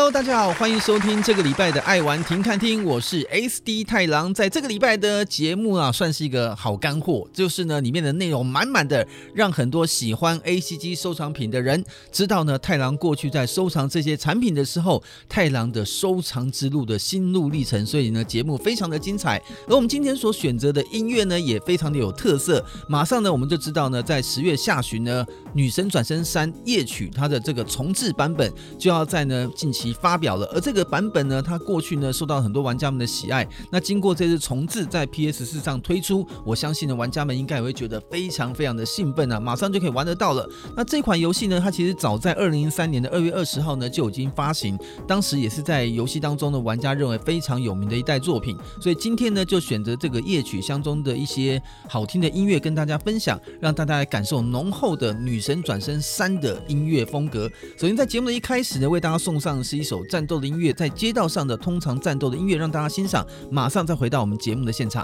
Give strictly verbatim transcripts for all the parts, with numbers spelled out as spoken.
Hello， 大家好，欢迎收听这个礼拜的爱玩停看听，我是 S D 太郎。在这个礼拜的节目啊，算是一个好干货，就是呢里面的内容满满的，让很多喜欢 A C G 收藏品的人知道呢，太郎过去在收藏这些产品的时候，太郎的收藏之路的心路历程。所以呢，节目非常的精彩。而我们今天所选择的音乐呢，也非常的有特色。马上呢，我们就知道呢，在十月下旬呢，《女神转生三夜曲》它的这个重制版本就要在呢近期发表了，而这个版本呢，它过去呢受到很多玩家们的喜爱。那经过这次重制在 P S 四 上推出，我相信呢玩家们应该也会觉得非常非常的兴奋啊，马上就可以玩得到了。那这款游戏呢，它其实早在二零零三年的二月二十号呢就已经发行，当时也是在游戏当中的玩家认为非常有名的一代作品。所以今天呢，就选择这个夜曲相中的一些好听的音乐跟大家分享，让大家来感受浓厚的《女神转生三》的音乐风格。首先在节目的一开始呢，为大家送上的是一首战斗的音乐，在街道上的通常战斗的音乐，让大家欣赏。马上再回到我们节目的现场。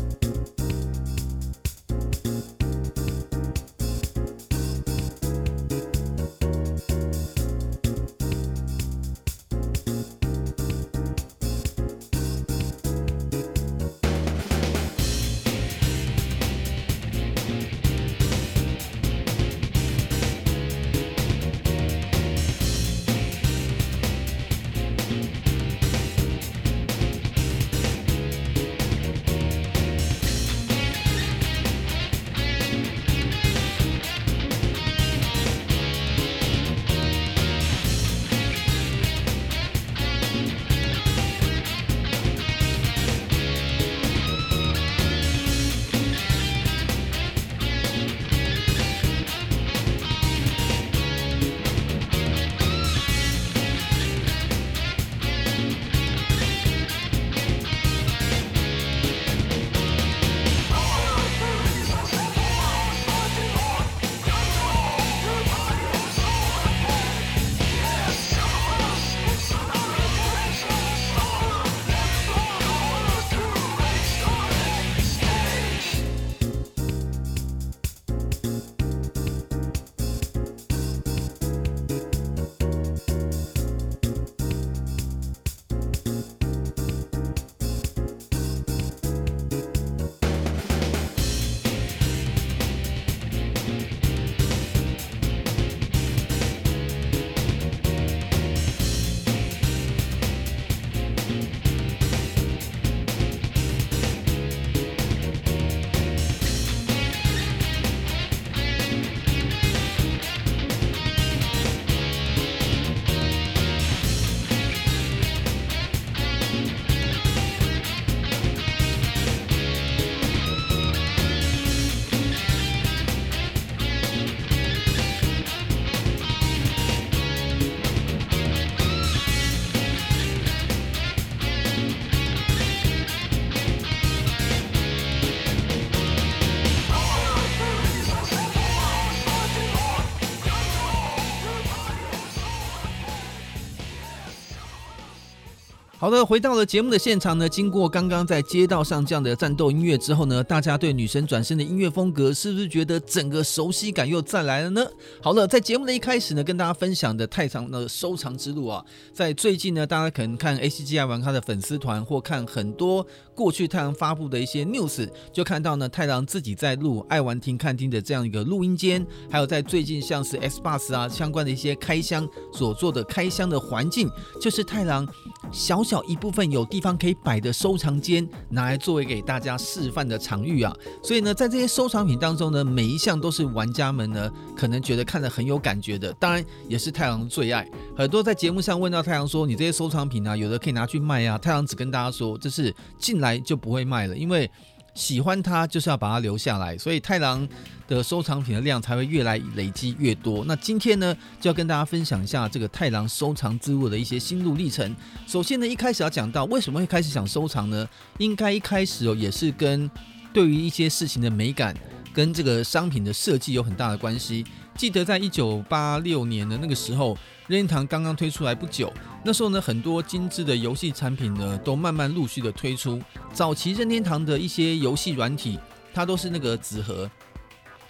好的，回到了节目的现场呢，经过刚刚在街道上这样的战斗音乐之后呢，大家对女神转生的音乐风格是不是觉得整个熟悉感又再来了呢？好了，在节目的一开始呢，跟大家分享的太郎的收藏之路啊，在最近呢，大家可能看 A C G 爱玩他的粉丝团，或看很多过去太郎发布的一些 news， 就看到呢，太郎自己在录爱玩听看听的这样一个录音间，还有在最近像是 Xbox 啊相关的一些开箱所做的开箱的环境，就是太郎小小一部分有地方可以摆的收藏间，拿来作为给大家示范的场域啊。所以呢，在这些收藏品当中呢，每一项都是玩家们呢可能觉得看得很有感觉的，当然也是太郎的最爱。很多在节目上问到太郎说，你这些收藏品啊，有的可以拿去卖啊，太郎只跟大家说，这是进来就不会卖了，因为喜欢它就是要把它留下来，所以太郎的收藏品的量才会越来累积越多。那今天呢，就要跟大家分享一下这个太郎收藏之路的一些心路历程。首先呢，一开始要讲到为什么会开始想收藏呢？应该一开始、哦、也是跟对于一些事情的美感跟这个商品的设计有很大的关系。记得在一九八六年的那个时候，任天堂刚刚推出来不久，那时候呢，很多精致的游戏产品呢，都慢慢陆续的推出。早期任天堂的一些游戏软体，它都是那个纸盒，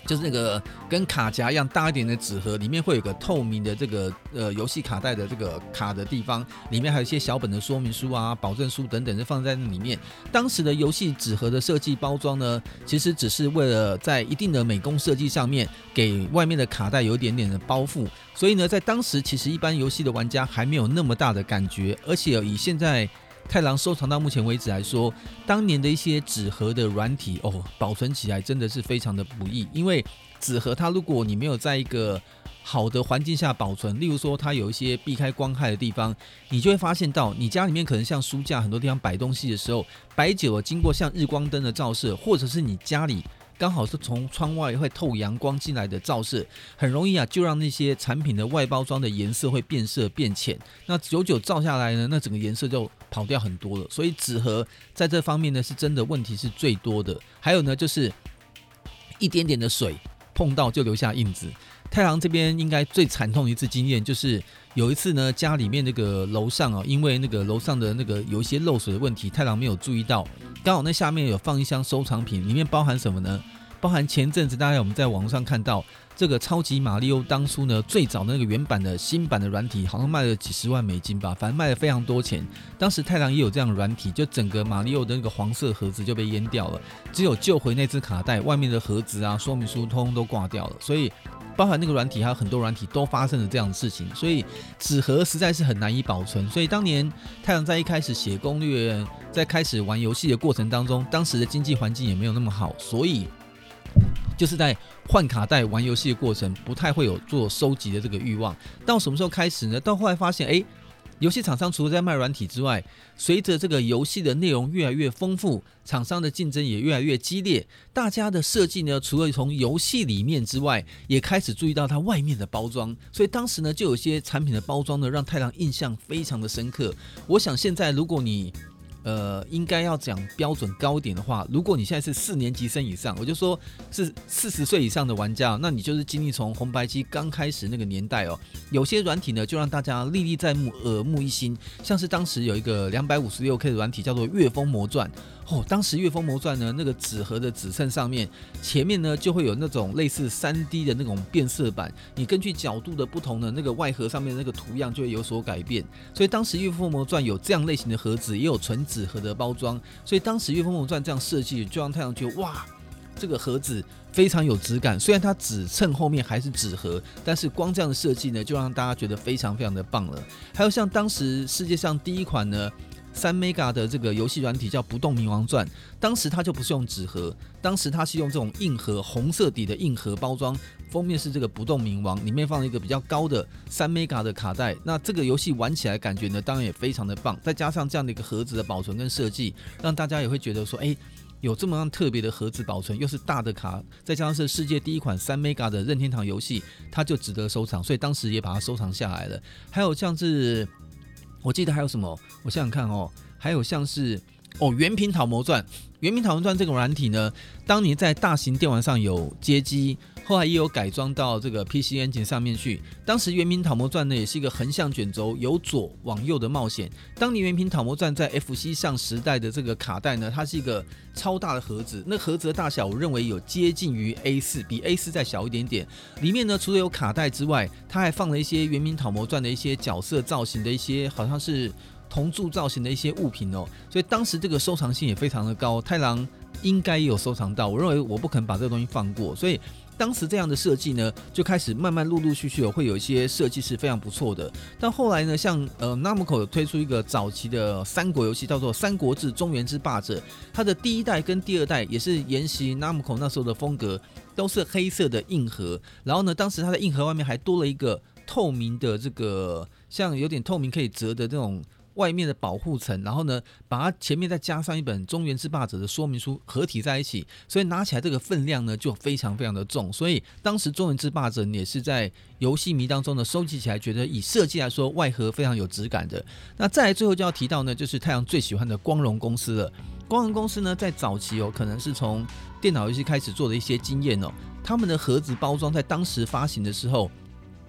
就是那个跟卡夹一样大一点的纸盒，里面会有个透明的这个呃游戏卡带的这个卡的地方，里面还有一些小本的说明书啊、保证书等等，就放在那里面。当时的游戏纸盒的设计包装呢，其实只是为了在一定的美工设计上面，给外面的卡带有一点点的包覆。所以呢，在当时其实一般游戏的玩家还没有那么大的感觉，而且以现在太郎收藏到目前为止来说，当年的一些纸盒的软体哦，保存起来真的是非常的不易。因为纸盒它如果你没有在一个好的环境下保存，例如说它有一些避开光害的地方，你就会发现到你家里面可能像书架很多地方摆东西的时候，摆久了经过像日光灯的照射，或者是你家里刚好是从窗外会透阳光进来的照射，很容易啊，就让那些产品的外包装的颜色会变色变浅。那久久照下来呢，那整个颜色就跑掉很多了。所以纸盒在这方面呢，是真的问题是最多的。还有呢，就是一点点的水碰到就留下印子。太郎这边应该最惨痛的一次经验，就是有一次呢，家里面那个楼上啊，因为那个楼上的那个有一些漏水的问题，太郎没有注意到，刚好那下面有放一箱收藏品，里面包含什么呢？包含前阵子大家我们在网络上看到这个超级马里奥当初呢最早的那个原版的新版的软体，好像卖了几十万美金吧，反正卖了非常多钱。当时太郎也有这样的软体，就整个马里奥的那个黄色盒子就被淹掉了，只有救回那只卡带，外面的盒子啊、说明书通通都挂掉了。所以包含那个软体还有很多软体都发生了这样的事情，所以纸盒实在是很难以保存。所以当年太郎在一开始写攻略，在开始玩游戏的过程当中，当时的经济环境也没有那么好，所以就是在换卡带玩游戏的过程不太会有做收集的这个欲望。到什么时候开始呢？到后来发现，哎，游戏厂商除了在卖软体之外，随着这个游戏的内容越来越丰富，厂商的竞争也越来越激烈，大家的设计呢，除了从游戏里面之外，也开始注意到它外面的包装。所以当时呢，就有些产品的包装呢，让太郎印象非常的深刻。我想现在如果你呃，应该要讲标准高一点的话，如果你现在是四年级生以上，我就说是四十岁以上的玩家，那你就是经历从红白机刚开始那个年代哦。有些软体呢，就让大家历历在目、耳目一新，像是当时有一个 两百五十六K 的软体叫做《月风魔传》。哦，当时《月风魔传》呢，那个纸盒的纸衬上面，前面呢就会有那种类似 三 D 的那种变色板，你根据角度的不同的那个外盒上面的那个图样就会有所改变。所以当时《月风魔传》有这样类型的盒子，也有纯纸盒的包装。所以当时《月风魔传》这样设计，就让太阳觉得哇，这个盒子非常有质感。虽然它纸衬后面还是纸盒，但是光这样的设计呢，就让大家觉得非常非常的棒了。还有像当时世界上第一款呢，三 mega 的这个游戏软体叫《不动明王传》，当时它就不是用纸盒，当时它是用这种硬盒，红色底的硬盒包装，封面是这个不动明王，里面放了一个比较高的三 mega 的卡带。那这个游戏玩起来感觉呢，当然也非常的棒。再加上这样的一个盒子的保存跟设计，让大家也会觉得说，哎，有这么样特别的盒子保存，又是大的卡，再加上是世界第一款三 mega 的任天堂游戏，它就值得收藏，所以当时也把它收藏下来了。还有像是我记得还有什么？我想想看哦，还有像是哦，《原平讨魔传》。《原平讨魔传》这个软体呢，当年在大型电玩上有街机，后来也有改装到这个 P C Engine 上面去。当时《原平讨魔传》呢，也是一个横向卷轴，由左往右的冒险。当年《原平讨魔传》在 F C 上时代的这个卡带呢，它是一个超大的盒子，那盒子的大小我认为有接近于 A 四， 比 A 四 再小一点点。里面呢，除了有卡带之外，它还放了一些《原平讨魔传》的一些角色造型的一些，好像是铜铸造型的一些物品哦，所以当时这个收藏性也非常的高，太郎应该也有收藏到。我认为我不可能把这个东西放过，所以当时这样的设计呢，就开始慢慢陆陆续续会有一些设计是非常不错的。但后来呢，像呃 Namco 有推出一个早期的三国游戏，叫做《三国志中原之霸者》，它的第一代跟第二代也是沿袭 Namco 那时候的风格，都是黑色的硬盒。然后呢，当时它的硬盒外面还多了一个透明的这个，像有点透明可以折的这种外面的保护层，然后呢，把它前面再加上一本《中原之霸者》的说明书合体在一起，所以拿起来这个分量呢就非常非常的重。所以当时《中原之霸者》也是在游戏迷当中呢收集起来，觉得以设计来说，外盒非常有质感的。那再来最后就要提到呢，就是太阳最喜欢的光荣公司了。光荣公司呢，在早期哦，可能是从电脑游戏开始做的一些经验哦，他们的盒子包装在当时发行的时候，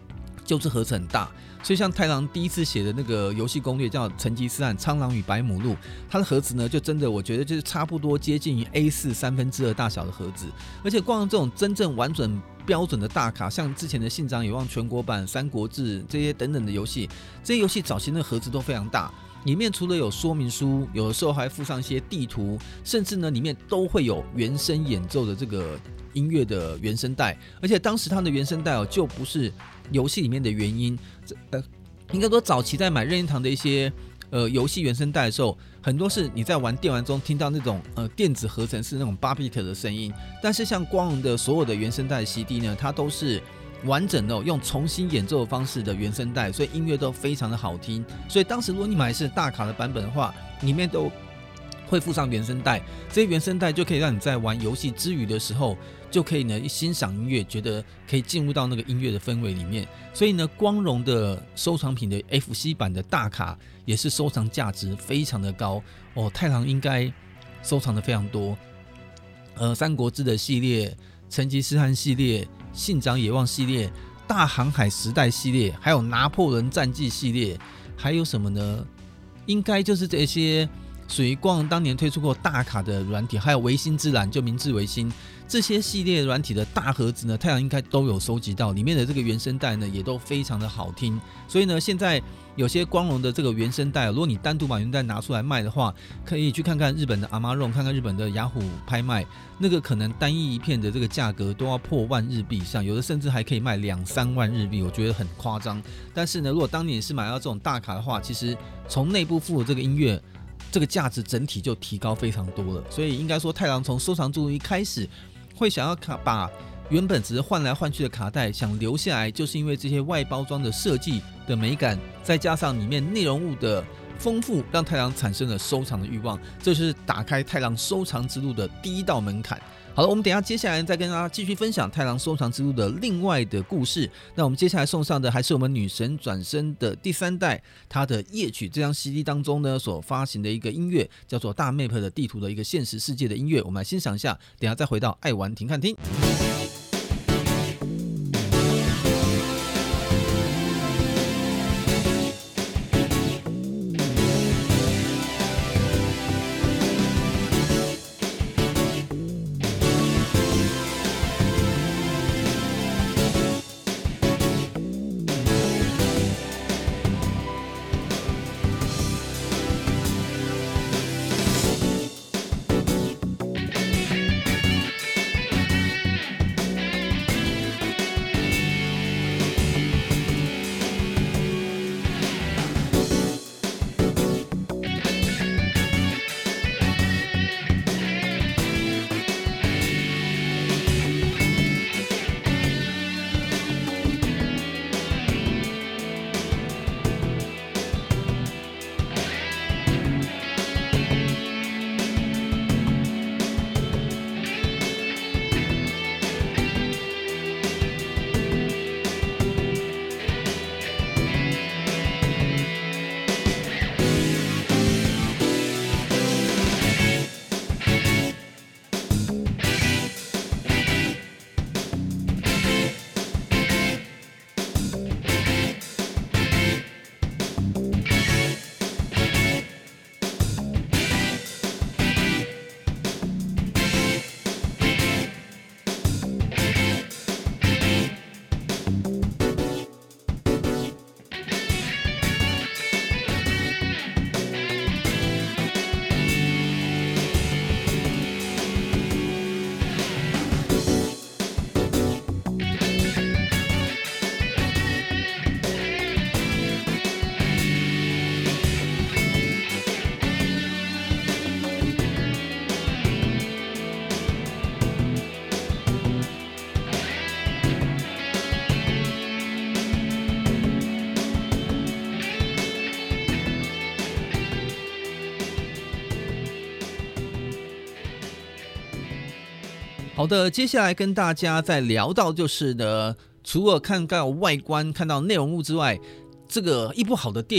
就是盒子很大，所以像太郎第一次写的那个游戏攻略叫《成吉思汗苍狼与白母鹿》，它的盒子呢就真的我觉得就是差不多接近于 A 四 三分之二大小的盒子，而且光这种真正完整标准的大卡，像之前的信长野望全国版、三国志这些等等的游戏，这些游戏早期的盒子都非常大。里面除了有说明书，有的时候还附上一些地图，甚至呢里面都会有原声演奏的这个音乐的原声带，而且当时它的原声带哦就不是游戏里面的原音，呃，应该说早期在买任天堂的一些呃游戏原声带的时候，很多是你在玩电玩中听到那种呃电子合成是那种八 bit 的声音，但是像光荣的所有的原声带的 C D 呢，它都是完整的、哦、用重新演奏的方式的原声带，所以音乐都非常的好听。所以当时如果你买的是大卡的版本的话，里面都会附上原声带，这些原声带就可以让你在玩游戏之余的时候，就可以呢欣赏音乐，觉得可以进入到那个音乐的氛围里面。所以呢，光荣的收藏品的 F C 版的大卡也是收藏价值非常的高哦。太郎应该收藏的非常多，呃，三国志的系列、成吉思汗系列、信长野望系列、大航海时代系列，还有拿破仑战记系列，还有什么呢？应该就是这些属于光荣当年推出过大卡的软体，还有维新之蓝，就明治维新这些系列软体的大盒子呢，太阳应该都有收集到，里面的这个原声带呢也都非常的好听。所以呢，现在有些光荣的这个原声带，如果你单独把原声带拿出来卖的话，可以去看看日本的 Amazon， 看看日本的雅虎拍卖，那个可能单一一片的这个价格都要破万日币以上，有的甚至还可以卖两三万日币，我觉得很夸张。但是呢，如果当年是买到这种大卡的话，其实从内部附的这个音乐，这个价值整体就提高非常多了。所以应该说，太郎从收藏之路一开始会想要卡把原本只是换来换去的卡带想留下来，就是因为这些外包装的设计的美感，再加上里面内容物的丰富，让太郎产生了收藏的欲望，这就是打开太郎收藏之路的第一道门槛。好了，我们等一下接下来再跟大家继续分享太郎收藏之路的另外的故事。那我们接下来送上的还是我们女神转身的第三代，它的夜曲这张 C D 当中呢所发行的一个音乐，叫做大 map 的地图的一个现实世界的音乐，我们来欣赏一下，等一下再回到爱玩停看听。好的，接下来跟大家再聊到就是呢，除了看到外观、看到内容物之外，这个一部好的电影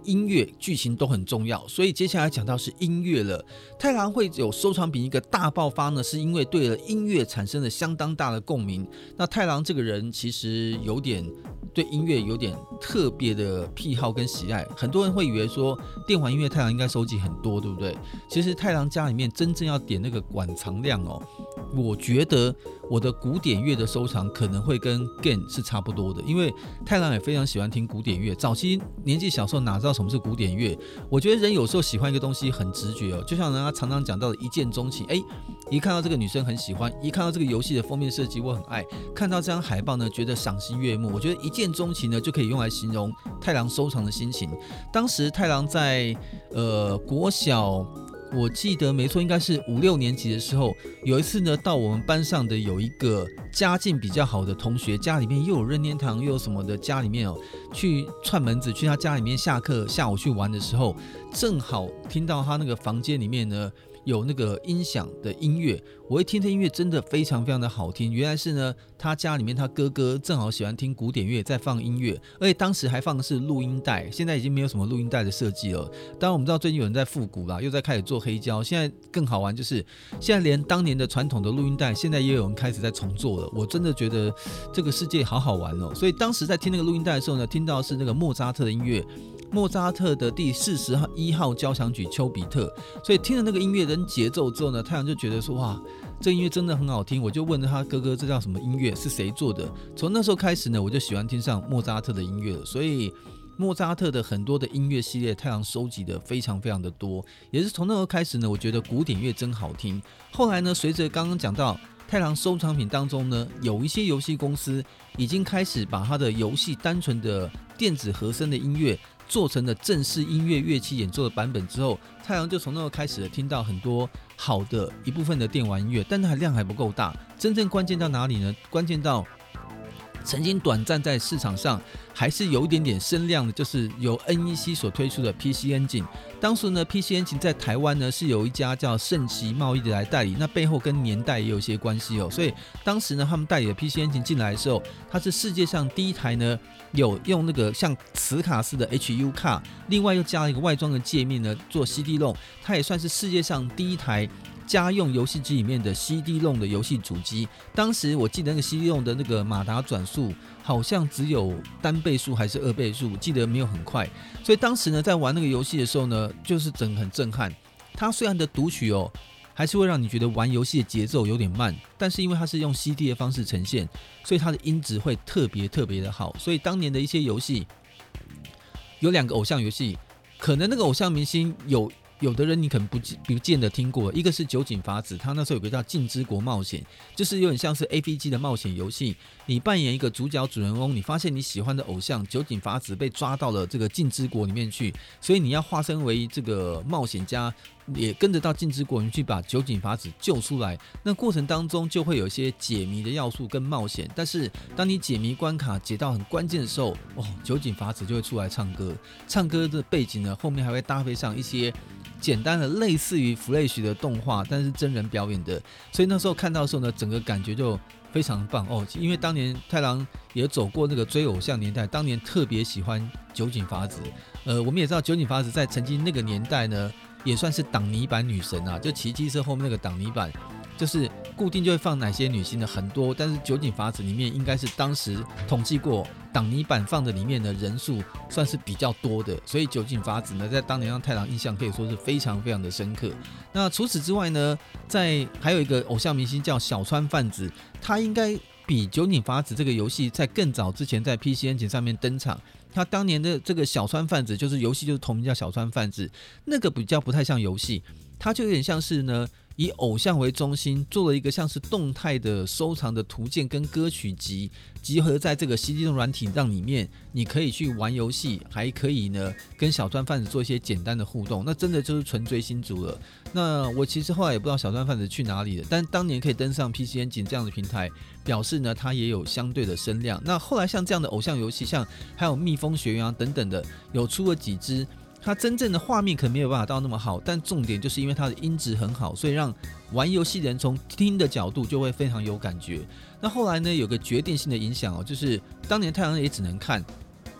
音乐剧情都很重要，所以接下来讲到是音乐了。太郎会有收藏品一个大爆发呢，是因为对了音乐产生了相当大的共鸣。那太郎这个人其实有点对音乐有点特别的癖好跟喜爱，很多人会以为说电玩音乐太郎应该收集很多，对不对？其实太郎家里面真正要点那个馆藏量哦，我觉得我的古典乐的收藏可能会跟 Gen 是差不多的，因为太郎也非常喜欢听古典乐。早期年纪小时候哪知道什么是古典乐？我觉得人有时候喜欢一个东西很直觉哦，就像人家常常讲到的一见钟情，哎，一看到这个女生很喜欢，一看到这个游戏的封面设计我很爱，看到这张海报呢觉得赏心悦目。我觉得一见钟情呢就可以用来形容太郎收藏的心情。当时太郎在呃国小。我记得没错，应该是五六年级的时候，有一次呢，到我们班上的有一个家境比较好的同学，家里面又有任天堂又有什么的，家里面哦去串门子，去他家里面下课下午去玩的时候，正好听到他那个房间里面呢有那个音响的音乐，我一听这音乐真的非常非常的好听。原来是呢，他家里面他哥哥正好喜欢听古典乐，在放音乐，而且当时还放的是录音带，现在已经没有什么录音带的设计了。当然我们知道最近有人在复古啦，又在开始做黑胶，现在更好玩就是现在连当年的传统的录音带，现在也有人开始在重做了。我真的觉得这个世界好好玩哦。所以当时在听那个录音带的时候呢，听到的是那个莫扎特的音乐。莫扎特的第四十一号交响曲丘比特，所以听了那个音乐跟节奏之后呢，太阳就觉得说哇，这音乐真的很好听。我就问了他哥哥，这叫什么音乐，是谁做的？从那时候开始呢，我就喜欢听上莫扎特的音乐了。所以莫扎特的很多的音乐系列，太阳收集的非常非常的多。也是从那时候开始呢，我觉得古典乐真好听。后来呢，随着刚刚讲到太郎收藏品当中呢，有一些游戏公司已经开始把他的游戏单纯的电子和声的音乐做成了正式音乐乐器演奏的版本之后，太阳就从那时候开始听到很多好的一部分的电玩音乐，但它量还不够大。真正关键到哪里呢？关键到曾经短暂在市场上还是有一点点声量的，就是由 N E C 所推出的 P C Engine。当时呢 P C Engine 在台湾呢是有一家叫盛奇贸易的来代理，那背后跟年代也有一些关系哦。所以当时呢他们代理的 P C Engine 进来的时候，它是世界上第一台呢有用那个像磁卡式的 H U 卡，另外又加了一个外装的界面呢做 C D ROM， 它也算是世界上第一台家用游戏机里面的 C D ROM 的游戏主机。当时我记得那个 C D ROM 的那个马达转速好像只有单倍数还是二倍数，记得没有很快。所以当时呢在玩那个游戏的时候呢，就是整个很震撼。它虽然的读取哦还是会让你觉得玩游戏的节奏有点慢，但是因为它是用 C D 的方式呈现，所以它的音质会特别特别的好。所以当年的一些游戏有两个偶像游戏，可能那个偶像明星有有的人你可能 不, 不见得听过，一个是酒井法子，他那时候有个叫镜之国冒险，就是有点像是 A V G 的冒险游戏，你扮演一个主角主人翁，你发现你喜欢的偶像酒井法子被抓到了这个镜之国里面去，所以你要化身为这个冒险家，也跟着到镜之国里面去把酒井法子救出来。那过程当中就会有一些解谜的要素跟冒险，但是当你解谜关卡解到很关键的时候，哦，酒井法子就会出来唱歌，唱歌的背景呢后面还会搭配上一些简单的类似于 Flash 的动画，但是真人表演的，所以那时候看到的时候呢，整个感觉就非常棒哦。因为当年太郎也走过那个追偶像年代，当年特别喜欢酒井法子。呃，我们也知道酒井法子在曾经那个年代呢，也算是挡泥板女神啊，就骑机车后面那个挡泥板，就是固定就会放哪些女星的很多，但是酒井法子里面应该是当时统计过挡泥板放的里面的人数算是比较多的，所以酒井法子呢在当年让太郎印象可以说是非常非常的深刻。那除此之外呢，在还有一个偶像明星叫小川范子，他应该比酒井法子这个游戏在更早之前在 P C Engine 上面登场。他当年的这个小川范子就是游戏就是同名叫小川范子，那个比较不太像游戏，它就有点像是呢以偶像为中心做了一个像是动态的收藏的图鉴跟歌曲集，集合在这个 C D 的软体让里面，你可以去玩游戏，还可以呢跟小川范子做一些简单的互动，那真的就是纯追星族了。那我其实后来也不知道小川范子去哪里了，但当年可以登上 P C Engine 这样的平台，表示呢它也有相对的声量。那后来像这样的偶像游戏，像还有蜜蜂学园啊等等的，有出了几支。它真正的画面可能没有办法到那么好，但重点就是因为它的音质很好，所以让玩游戏的人从听的角度就会非常有感觉。那后来呢，有个决定性的影响哦，就是当年太阳也只能看，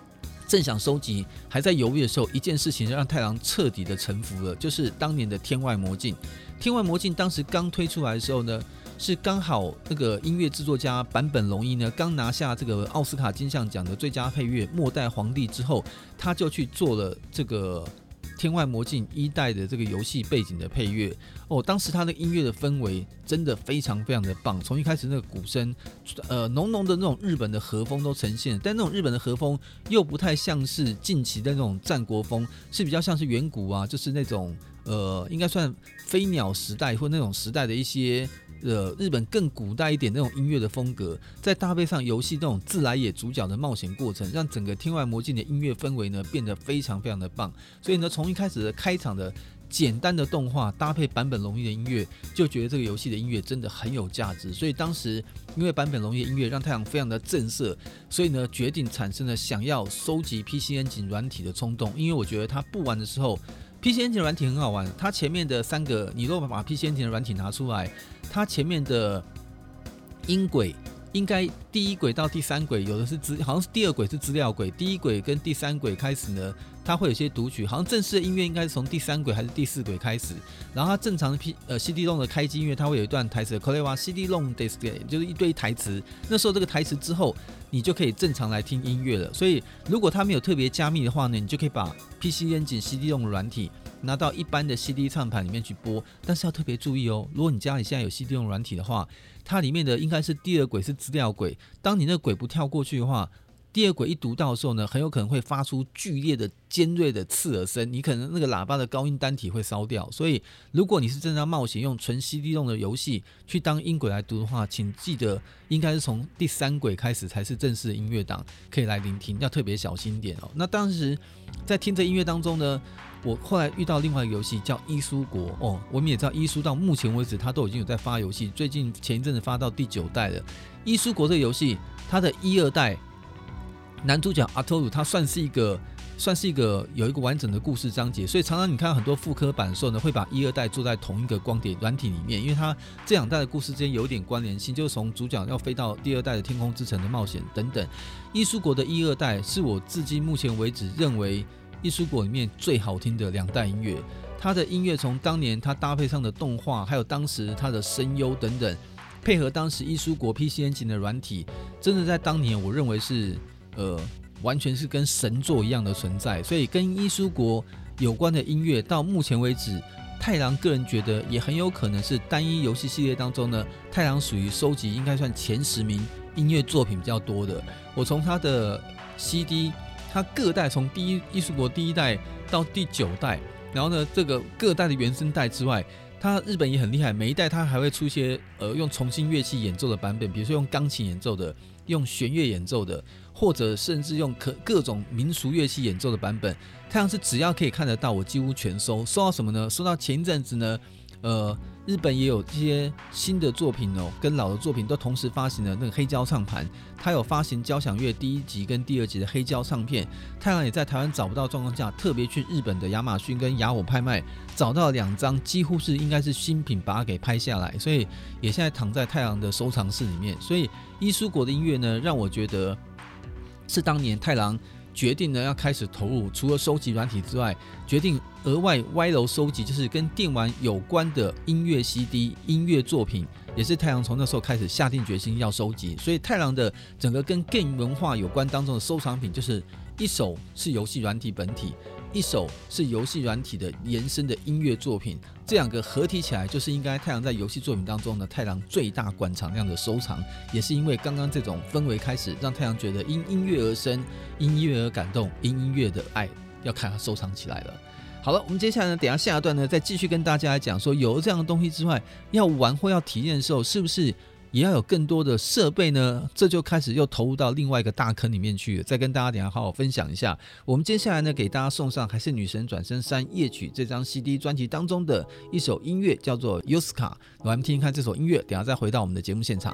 正想收集，还在犹豫的时候，一件事情让太郎彻底的臣服了，就是当年的天外魔镜。天外魔镜当时刚推出来的时候呢，是刚好那个音乐制作家坂本龙一呢，刚拿下这个奥斯卡金像奖的最佳配乐《末代皇帝》之后，他就去做了这个天外魔镜一代的这个游戏背景的配乐哦，当时他的音乐的氛围真的非常非常的棒，从一开始那个鼓声，呃，浓浓的那种日本的和风都呈现，但那种日本的和风又不太像是近期的那种战国风，是比较像是远古啊，就是那种呃，应该算飞鸟时代或那种时代的一些。呃，日本更古代一点那种音乐的风格，再搭配上游戏那种自来也主角的冒险过程，让整个天外魔镜的音乐氛围呢变得非常非常的棒。所以呢，从一开始的开场的简单的动画搭配坂本龙一的音乐，就觉得这个游戏的音乐真的很有价值。所以当时因为坂本龙一的音乐让太阳非常的震慑，所以呢决定产生了想要收集 P C Engine 软体的冲动。因为我觉得它不玩的时候。P C Engine 软体很好玩，它前面的三个，你如果把 P C Engine 的软体拿出来，它前面的音轨应该第一轨到第三轨有的是资，好像是第二轨是资料轨，第一轨跟第三轨开始呢，它会有些读取，好像正式的音乐应该是从第三轨还是第四轨开始，然后它正常的 P 呃 C D ROM 的开机音乐，它会有一段台词 ，Korewa C D ROM desu， 就是一堆台词，那时候这个台词之后。你就可以正常来听音乐了。所以如果它没有特别加密的话呢，你就可以把 P C Engine C D 用的软体拿到一般的 C D 唱盘里面去播。但是要特别注意哦，如果你家里现在有 C D 用软体的话，它里面的应该是第二轨是资料轨，当你那个轨不跳过去的话。第二轨一读到的时候呢，很有可能会发出剧烈的尖锐的刺耳声，你可能那个喇叭的高音单体会烧掉。所以，如果你是真的要冒险用纯 C D 用的游戏去当音轨来读的话，请记得应该是从第三轨开始才是正式的音乐档可以来聆听，要特别小心一点哦。那当时在听着音乐当中呢，我后来遇到另外一个游戏叫伊苏国哦，我们也知道伊苏到目前为止它都已经有在发游戏，最近前一阵子发到第九代了。伊苏国这个游戏，它的一二代。男主角阿托鲁他算是一个算是一个有一个完整的故事章节，所以常常你看到很多复刻版的时候呢，会把一二代做在同一个光碟软体里面，因为它这两代的故事之间有一点关联性，就是从主角要飞到第二代的天空之城的冒险等等。伊苏国的一二代是我至今目前为止认为伊苏国里面最好听的两代音乐，它的音乐从当年它搭配上的动画，还有当时它的声优等等，配合当时伊苏国 P C Engine 的软体，真的在当年我认为是。呃，完全是跟神作一样的存在，所以跟伊苏国有关的音乐，到目前为止，太郎个人觉得也很有可能是单一游戏系列当中呢，太郎属于收集应该算前十名音乐作品比较多的。我从他的 C D， 他各代从第一伊苏国第一代到第九代，然后呢，这个各代的原声带之外。它日本也很厉害，每一代它还会出一些呃用重新乐器演奏的版本，比如说用钢琴演奏的，用弦乐演奏的，或者甚至用可各种民俗乐器演奏的版本。太阳是只要可以看得到，我几乎全收。收到什么呢？收到前一阵子呢，呃，日本也有一些新的作品哦，跟老的作品都同时发行了那个黑胶唱盘。它有发行交响乐第一集跟第二集的黑胶唱片。太阳也在台湾找不到状况下，特别去日本的亚马逊跟雅虎拍卖找到两张，几乎是应该是新品，把它给拍下来，所以也现在躺在太阳的收藏室里面。所以伊苏国的音乐呢，让我觉得是当年太郎决定呢要开始投入，除了收集软体之外，决定额外歪楼收集，就是跟电玩有关的音乐 C D、音乐作品，也是太郎从那时候开始下定决心要收集。所以太郎的整个跟 game 文化有关当中的收藏品，就是一首是游戏软体本体，一首是游戏软体的延伸的音乐作品，这两个合体起来，就是应该太郎在游戏作品当中呢，太郎最大馆藏量的收藏。也是因为刚刚这种氛围开始，让太郎觉得因音乐而生，因音乐而感动，因音乐的爱要看它收藏起来了。好了，我们接下来呢，等一下下一段呢，再继续跟大家来讲说，有了这样的东西之外，要玩或要体验的时候，是不是也要有更多的设备呢？这就开始又投入到另外一个大坑里面去了。再跟大家等一下好好分享一下。我们接下来呢，给大家送上还是女神转生三夜曲这张 C D 专辑当中的一首音乐，叫做 Yusuka。我们听听看这首音乐，等一下再回到我们的节目现场。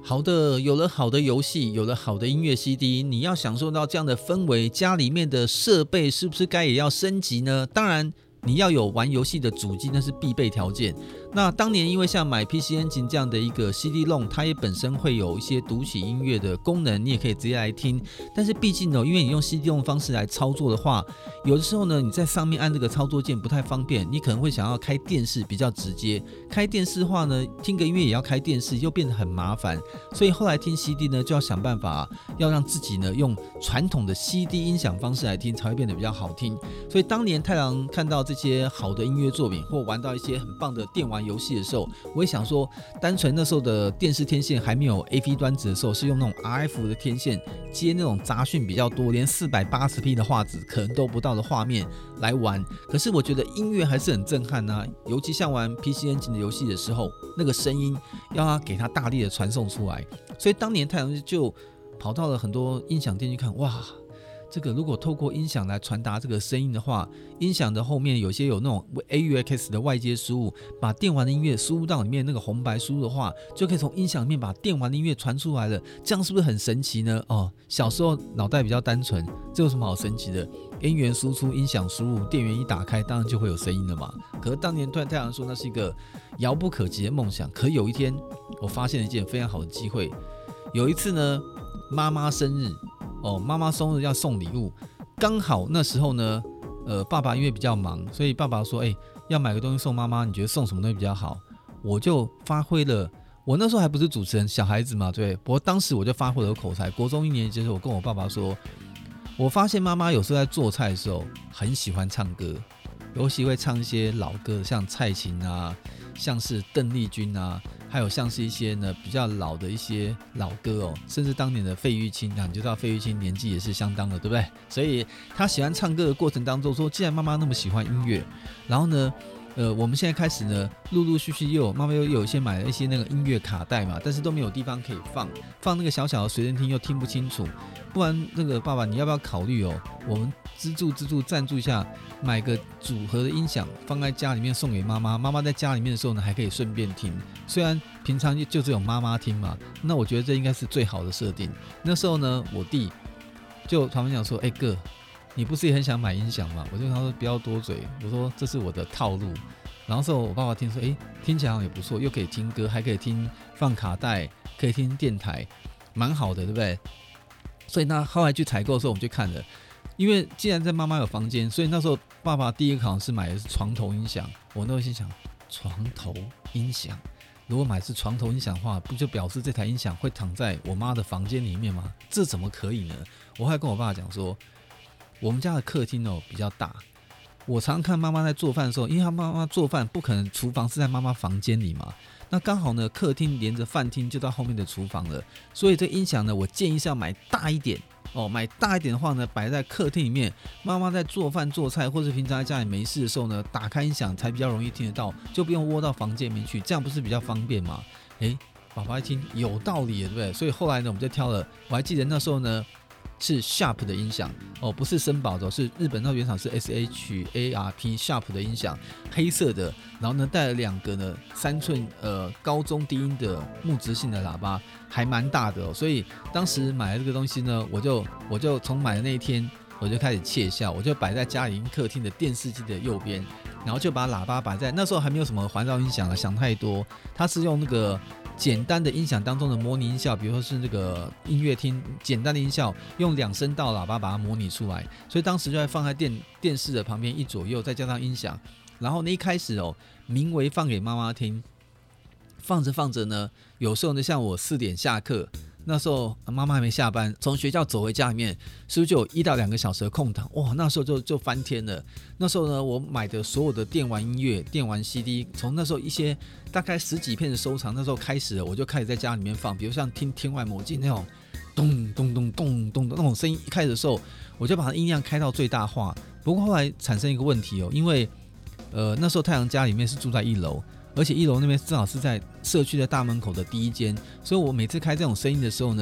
好的，有了好的游戏，有了好的音乐 C D， 你要享受到这样的氛围，家里面的设备是不是该也要升级呢？当然你要有玩游戏的主机，那是必备条件。那当年因为像买 P C Engine 这样的一个 C D ROM， 它也本身会有一些读取音乐的功能，你也可以直接来听。但是毕竟呢，因为你用 C D ROM 方式来操作的话，有的时候呢，你在上面按这个操作键不太方便，你可能会想要开电视比较直接。开电视的话呢，听个音乐也要开电视，又变得很麻烦。所以后来听 C D 呢，就要想办法要让自己呢用传统的 C D 音响方式来听，才会变得比较好听。所以当年太郎看到这些好的音乐作品，或玩到一些很棒的电玩游戏的时候，我也想说，单纯那时候的电视天线还没有 A V 端子的时候，是用那种 R F 的天线接那种杂讯比较多，连 四百八十 P 的画质可能都不到的画面来玩。可是我觉得音乐还是很震撼啊，尤其像玩 P C Engine 的游戏的时候，那个声音要它给它大力的传送出来。所以当年太阳就跑到了很多音响店去看，哇，这个如果透过音响来传达这个声音的话，音响的后面有些有那种 A U X 的外接输入，把电玩的音乐输入到里面那个红白输入的话，就可以从音响里面把电玩的音乐传出来了，这样是不是很神奇呢？哦，小时候脑袋比较单纯，这有什么好神奇的？音源输出，音响输入，电源一打开，当然就会有声音了嘛。可是当年对太阳说那是一个遥不可及的梦想。可有一天，我发现了一件非常好的机会。有一次呢，妈妈生日。哦，妈妈生日要送礼物，刚好那时候呢，呃，爸爸因为比较忙，所以爸爸说，哎、欸，要买个东西送妈妈，你觉得送什么东西比较好？我就发挥了，我那时候还不是主持人，小孩子嘛，对。不过当时我就发挥了口才，国中一年级的时候，我跟我爸爸说，我发现妈妈有时候在做菜的时候很喜欢唱歌，尤其会唱一些老歌，像蔡琴啊，像是邓丽君啊。还有像是一些呢比较老的一些老歌哦，甚至当年的费玉清啊，你就知道费玉清年纪也是相当的，对不对？所以他喜欢唱歌的过程当中说，既然妈妈那么喜欢音乐，然后呢，呃，我们现在开始呢，陆陆续续又有妈妈又有一些买了一些那个音乐卡带嘛，但是都没有地方可以放，放那个小小的随身听又听不清楚，不然那个爸爸你要不要考虑哦，我们资助资助赞助一下，买个组合的音响放在家里面送给妈妈，妈妈在家里面的时候呢还可以顺便听，虽然平常就只有妈妈听嘛，那我觉得这应该是最好的设定。那时候呢，我弟就旁边讲说，哎、欸、哥，你不是也很想买音响吗？我就跟他说不要多嘴，我说这是我的套路。然后之后我爸爸听说，哎、欸，听起来好像也不错，又可以听歌，还可以听放卡带，可以听电台，蛮好的，对不对？所以那后来去采购的时候，我们就看了，因为既然在妈妈有房间，所以那时候爸爸第一个好像是买的是床头音响。我那时候心想，床头音响，如果买的是床头音响的话，不就表示这台音响会躺在我妈的房间里面吗？这怎么可以呢？我还跟我爸爸讲说，我们家的客厅哦比较大，我常看妈妈在做饭的时候，因为她妈妈做饭不可能厨房是在妈妈房间里嘛，那刚好呢客厅连着饭厅就到后面的厨房了，所以这音响呢，我建议是要买大一点哦，买大一点的话呢，摆在客厅里面，妈妈在做饭做菜或者平常在家里没事的时候呢，打开音响才比较容易听得到，就不用窝到房间里面去，这样不是比较方便吗？诶，爸爸一听有道理，对不对？所以后来呢，我们就挑了，我还记得那时候呢是 Sharp 的音响哦，不是森宝的，是日本那原厂是 S H A R P Sharp 的音响，黑色的，然后呢带了两个呢三寸呃高中低音的木质性的喇叭，还蛮大的哦。所以当时买了这个东西呢，我就我就从买的那一天我就开始窃笑，我就摆在家里客厅的电视机的右边，然后就把喇叭摆在那时候还没有什么环绕音响了，想太多，它是用那个简单的音响当中的模拟音效，比如说是那个音乐厅简单的音效，用两声道喇叭把它模拟出来，所以当时就在放在 电, 电视的旁边一左右，再加上音响，然后呢一开始哦，名为放给妈妈听，放着放着呢，有时候呢像我四点下课，那时候妈妈还没下班，从学校走回家里面，是不是就有一到两个小时的空档？哇，那时候就就翻天了。那时候呢，我买的所有的电玩音乐、电玩 C D， 从那时候一些大概十几片的收藏，那时候开始了，我就开始在家里面放，比如像听《天外魔镜》那种咚咚咚咚咚的那种声音，一开始的时候，我就把它音量开到最大化。不过后来产生一个问题哦，因为呃那时候太阳家里面是住在一楼。而且一楼那边正好是在社区的大门口的第一间，所以我每次开这种声音的时候呢，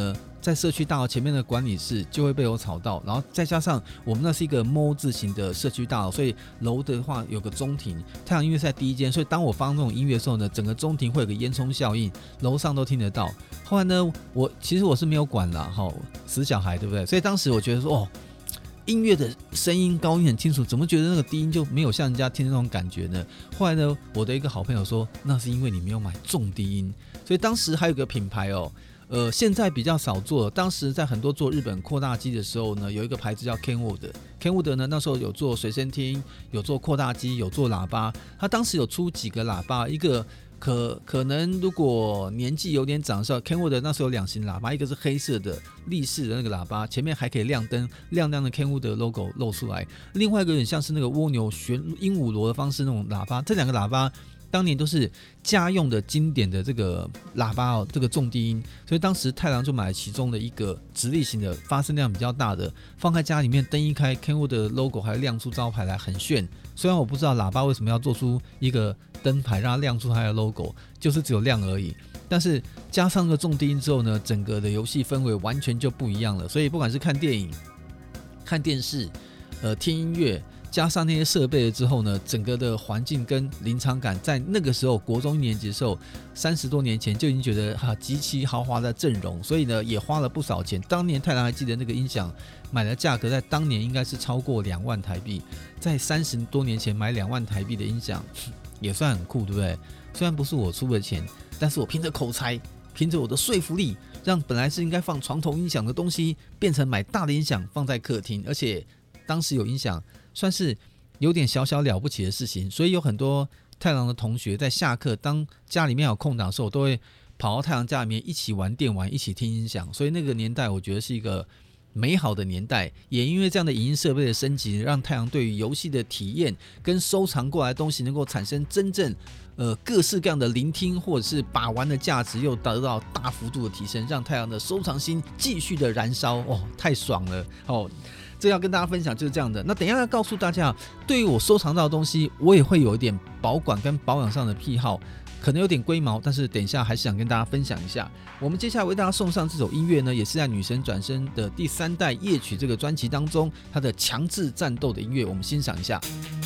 在社区大楼前面的管理室就会被我吵到，然后再加上我们那是一个 M 字形的社区大楼，所以楼的话有个中庭，太阳音乐是在第一间，所以当我放这种音乐的时候呢，整个中庭会有个烟囱效应，楼上都听得到。后来呢，我其实我是没有管啦，齁，死小孩对不对？所以当时我觉得说，哦，音乐的声音高音很清楚，怎么觉得那个低音就没有像人家听的那种感觉呢？后来呢，我的一个好朋友说，那是因为你没有买重低音。所以当时还有个品牌哦，呃，现在比较少做了。当时在很多做日本扩大机的时候呢，有一个牌子叫 Kenwood。Kenwood 呢，那时候有做随身听，有做扩大机，有做喇叭。他当时有出几个喇叭，一个可可能如果年纪有点长的时候 ，Kenwood 那时候有两型喇叭，一个是黑色的立式的那个喇叭，前面还可以亮灯，亮亮的 Kenwood 的 logo 露出来。另外一个有点像是那个蜗牛旋鹦鹉螺的方式那种喇叭，这两个喇叭当年都是家用的经典的这个喇叭哦，这个重低音，所以当时太郎就买了其中的一个直立型的，发声量比较大的，放在家里面，灯一开 Kenwood 的 logo 还亮出招牌来，很炫。虽然我不知道喇叭为什么要做出一个灯牌让它亮出它的 logo， 就是只有亮而已，但是加上个重低音之后呢，整个的游戏氛围完全就不一样了。所以不管是看电影、看电视、呃听音乐，加上那些设备了之后呢，整个的环境跟临场感，在那个时候国中一年级的时候，三十多年前就已经觉得哈极其豪华的阵容，所以呢也花了不少钱。当年太郎还记得那个音响买的价格，在当年应该是超过两万台币，在三十多年前买两万台币的音响也算很酷，对不对？虽然不是我出的钱，但是我凭着口才，凭着我的说服力，让本来是应该放床头音响的东西，变成买大的音响放在客厅，而且当时有音响，算是有点小小了不起的事情。所以有很多太郎的同学在下课，当家里面有空档的时候，都会跑到太郎家里面一起玩电玩，一起听音响。所以那个年代我觉得是一个美好的年代，也因为这样的影音设备的升级，让太阳对于游戏的体验跟收藏过来的东西能够产生真正呃各式各样的聆听或者是把玩的价值，又得到大幅度的提升，让太阳的收藏心继续的燃烧。哦，太爽了哦！这要跟大家分享就是这样的。那等一下要告诉大家，对于我收藏到的东西，我也会有一点保管跟保养上的癖好，可能有点龟毛，但是等一下还是想跟大家分享一下。我们接下来为大家送上这首音乐呢，也是在女神转身的第三代夜曲这个专辑当中，它的强制战斗的音乐，我们欣赏一下。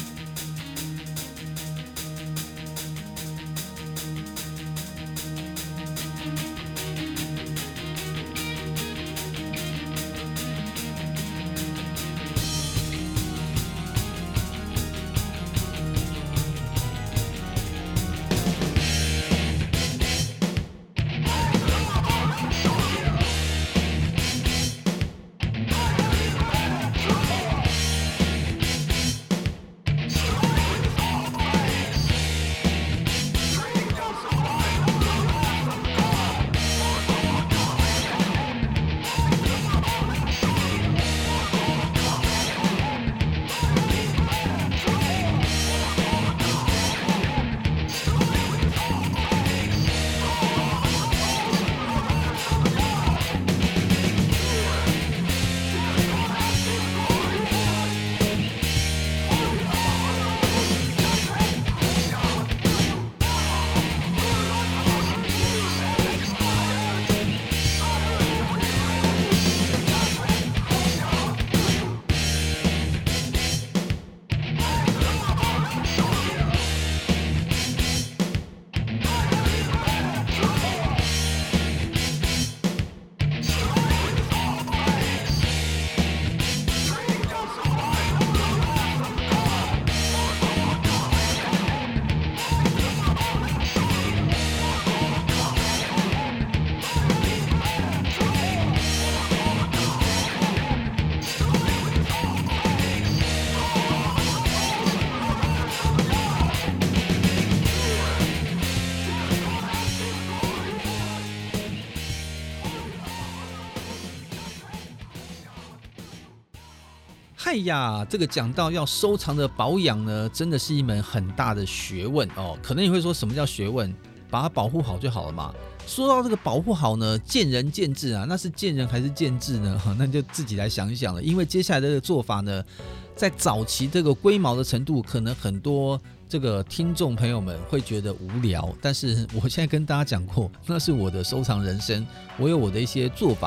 哎呀，这个讲到要收藏的保养呢，真的是一门很大的学问哦。可能你会说什么叫学问？把它保护好就好了嘛。说到这个保护好呢，见仁见智啊，那是见人还是见智呢？那就自己来想一想了。因为接下来的这个做法呢，在早期这个龟毛的程度，可能很多这个听众朋友们会觉得无聊，但是我现在跟大家讲过，那是我的收藏人生，我有我的一些做法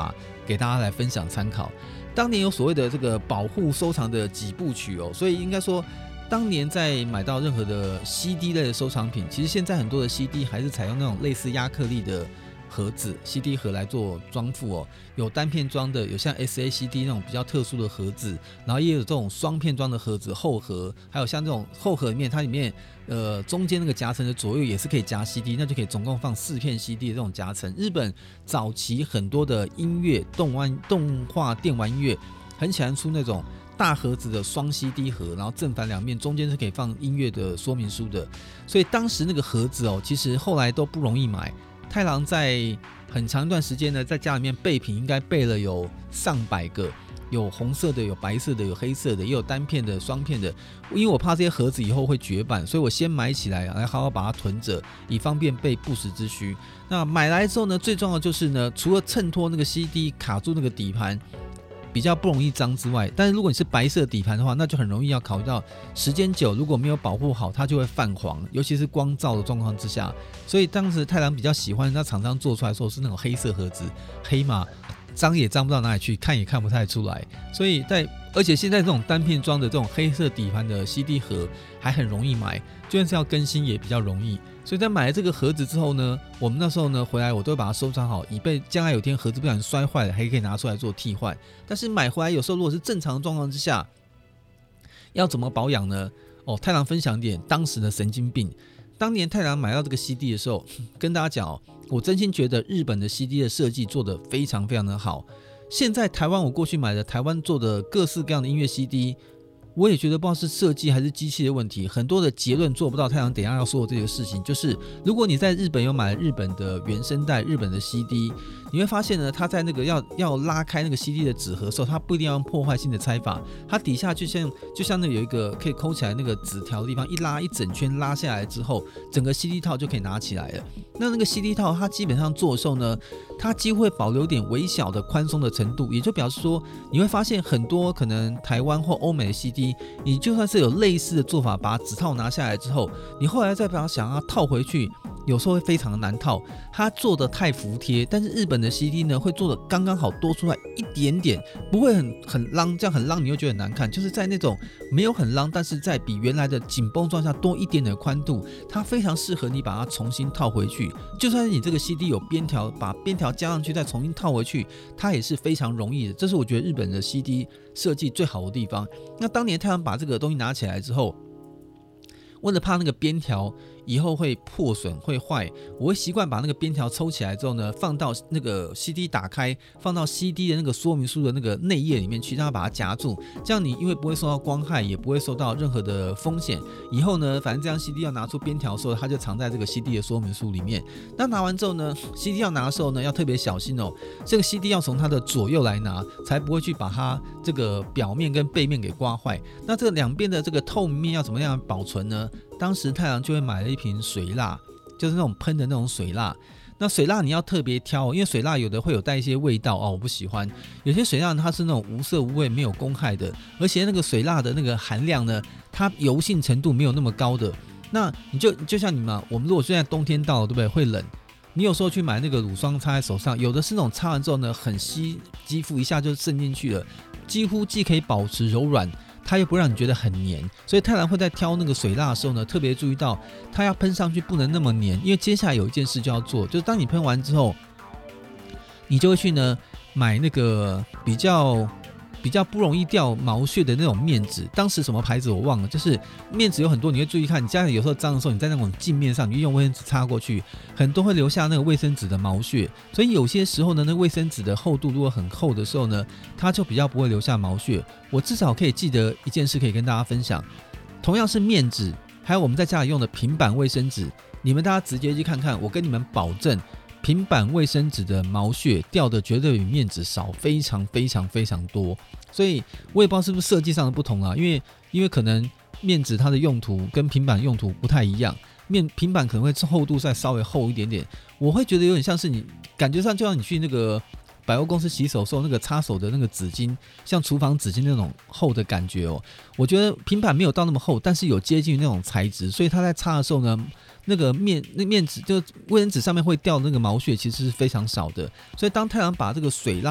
给大家来分享参考。当年有所谓的这个保护收藏的几部曲哦，所以应该说当年在买到任何的 C D 类的收藏品，其实现在很多的 C D 还是采用那种类似亚克力的盒子 C D 盒来做装附哦，有单片装的，有像 S A C D 那种比较特殊的盒子，然后也有这种双片装的盒子后盒，还有像这种后盒里面它里面呃中间那个夹层的左右也是可以夹 C D， 那就可以总共放四片 C D 的这种夹层。日本早期很多的音乐动漫动画电玩音乐很喜欢出那种大盒子的双 C D 盒，然后正反两面中间是可以放音乐的说明书的，所以当时那个盒子哦，其实后来都不容易买。太郎在很长一段时间呢，在家里面备品应该备了有上百个，有红色的，有白色的，有黑色的，也有单片的、双片的。因为我怕这些盒子以后会绝版，所以我先买起来，来好好把它囤着，以方便备不时之需。那买来之后呢，最重要的就是呢，除了衬托那个 C D 卡住那个底盘比较不容易脏之外，但是如果你是白色底盘的话，那就很容易要考虑到时间久，如果没有保护好，它就会泛黄，尤其是光照的状况之下。所以当时太郎比较喜欢，那厂商做出来的时候是那种黑色盒子，黑嘛，脏也脏不到哪里去，看也看不太出来。所以在而且现在这种单片装的这种黑色底盘的 C D 盒还很容易买，就算是要更新也比较容易。所以在买了这个盒子之后呢，我们那时候呢回来我都会把它收藏好，以备将来有天盒子不小心摔坏了，还可以拿出来做替换。但是买回来有时候如果是正常的状况之下，要怎么保养呢？哦，太郎分享一点当时的神经病。当年太郎买到这个 C D 的时候，跟大家讲哦，我真心觉得日本的 C D 的设计做得非常非常的好。现在台湾我过去买的台湾做的各式各样的音乐 C D， 我也觉得不知道是设计还是机器的问题，很多的结论做不到。太郎等一下要说的这个事情，就是如果你在日本有买日本的原声带、日本的 C D， 你会发现呢，它在那个要要拉开那个 C D 的纸盒的时候，它不一定要用破坏性的拆法，它底下就像就像那有一个可以抠起来那个纸条的地方，一拉一整圈拉下来之后，整个 C D 套就可以拿起来了。那那个 C D 套它基本上做的时候呢，它几乎会保留点微小的宽松的程度，也就表示说，你会发现很多可能台湾或欧美的 C D， 你就算是有类似的做法，把纸套拿下来之后，你后来再把它想要套回去，有时候会非常的难套，它做的太服帖。但是日本的 C D 呢，会做的刚刚好，多出来一点点，不会很很浪，这样很浪你又觉得很难看，就是在那种没有很浪，但是在比原来的紧绷状态下多一点点的宽度，它非常适合你把它重新套回去。就算是你这个 C D 有边条，把边条加上去再重新套回去，它也是非常容易的。这是我觉得日本的 C D 设计最好的地方。那当年太阳把这个东西拿起来之后，为了怕那个边条以后会破损会坏，我会习惯把那个边条抽起来之后呢，放到那个 C D 打开，放到 C D 的那个说明书的那个内页里面去，让它把它夹住。这样你因为不会受到光害，也不会受到任何的风险。以后呢，反正这样 C D 要拿出边条的时候，它就藏在这个 C D 的说明书里面。那拿完之后呢 ，C D 要拿的时候呢，要特别小心哦。这个 C D 要从它的左右来拿，才不会去把它这个表面跟背面给刮坏。那这两边的这个透明面要怎么样保存呢？当时太郎就会买了一瓶水蜡，就是那种喷的那种水蜡。那水蜡你要特别挑，因为水蜡有的会有带一些味道哦，我不喜欢。有些水蜡它是那种无色无味、没有公害的，而且那个水蜡的那个含量呢，它油性程度没有那么高的。那你就就像你们，我们如果现在冬天到了，对不对？会冷。你有时候去买那个乳霜擦在手上，有的是那种擦完之后呢，很吸肌肤，一下就渗进去了，几乎既可以保持柔软，它又不让你觉得很黏。所以太郎会在挑那个水蜡的时候呢，特别注意到它要喷上去不能那么黏，因为接下来有一件事就要做，就是当你喷完之后，你就会去呢买那个比较比较不容易掉毛屑的那种面纸。当时什么牌子我忘了，就是面纸有很多，你会注意看，你家里有时候脏的时候，你在那种镜面上，你用卫生纸擦过去，很多会留下那个卫生纸的毛屑。所以有些时候呢，那卫生纸的厚度如果很厚的时候呢，它就比较不会留下毛屑。我至少可以记得一件事可以跟大家分享，同样是面纸，还有我们在家里用的平板卫生纸，你们大家直接去看看，我跟你们保证，平板卫生纸的毛屑掉的绝对比面纸少，非常非常非常多。所以我也不知道是不是设计上的不同啦，因为因为可能面纸它的用途跟平板用途不太一样，面平板可能会厚度再稍微厚一点点，我会觉得有点像是你感觉上就像你去那个百货公司洗手的时候那个擦手的那个纸巾，像厨房纸巾那种厚的感觉哦。我觉得平板没有到那么厚，但是有接近于那种材质，所以它在擦的时候呢，那个面那面纸就卫生纸上面会掉那个毛屑其实是非常少的。所以当太阳把这个水蜡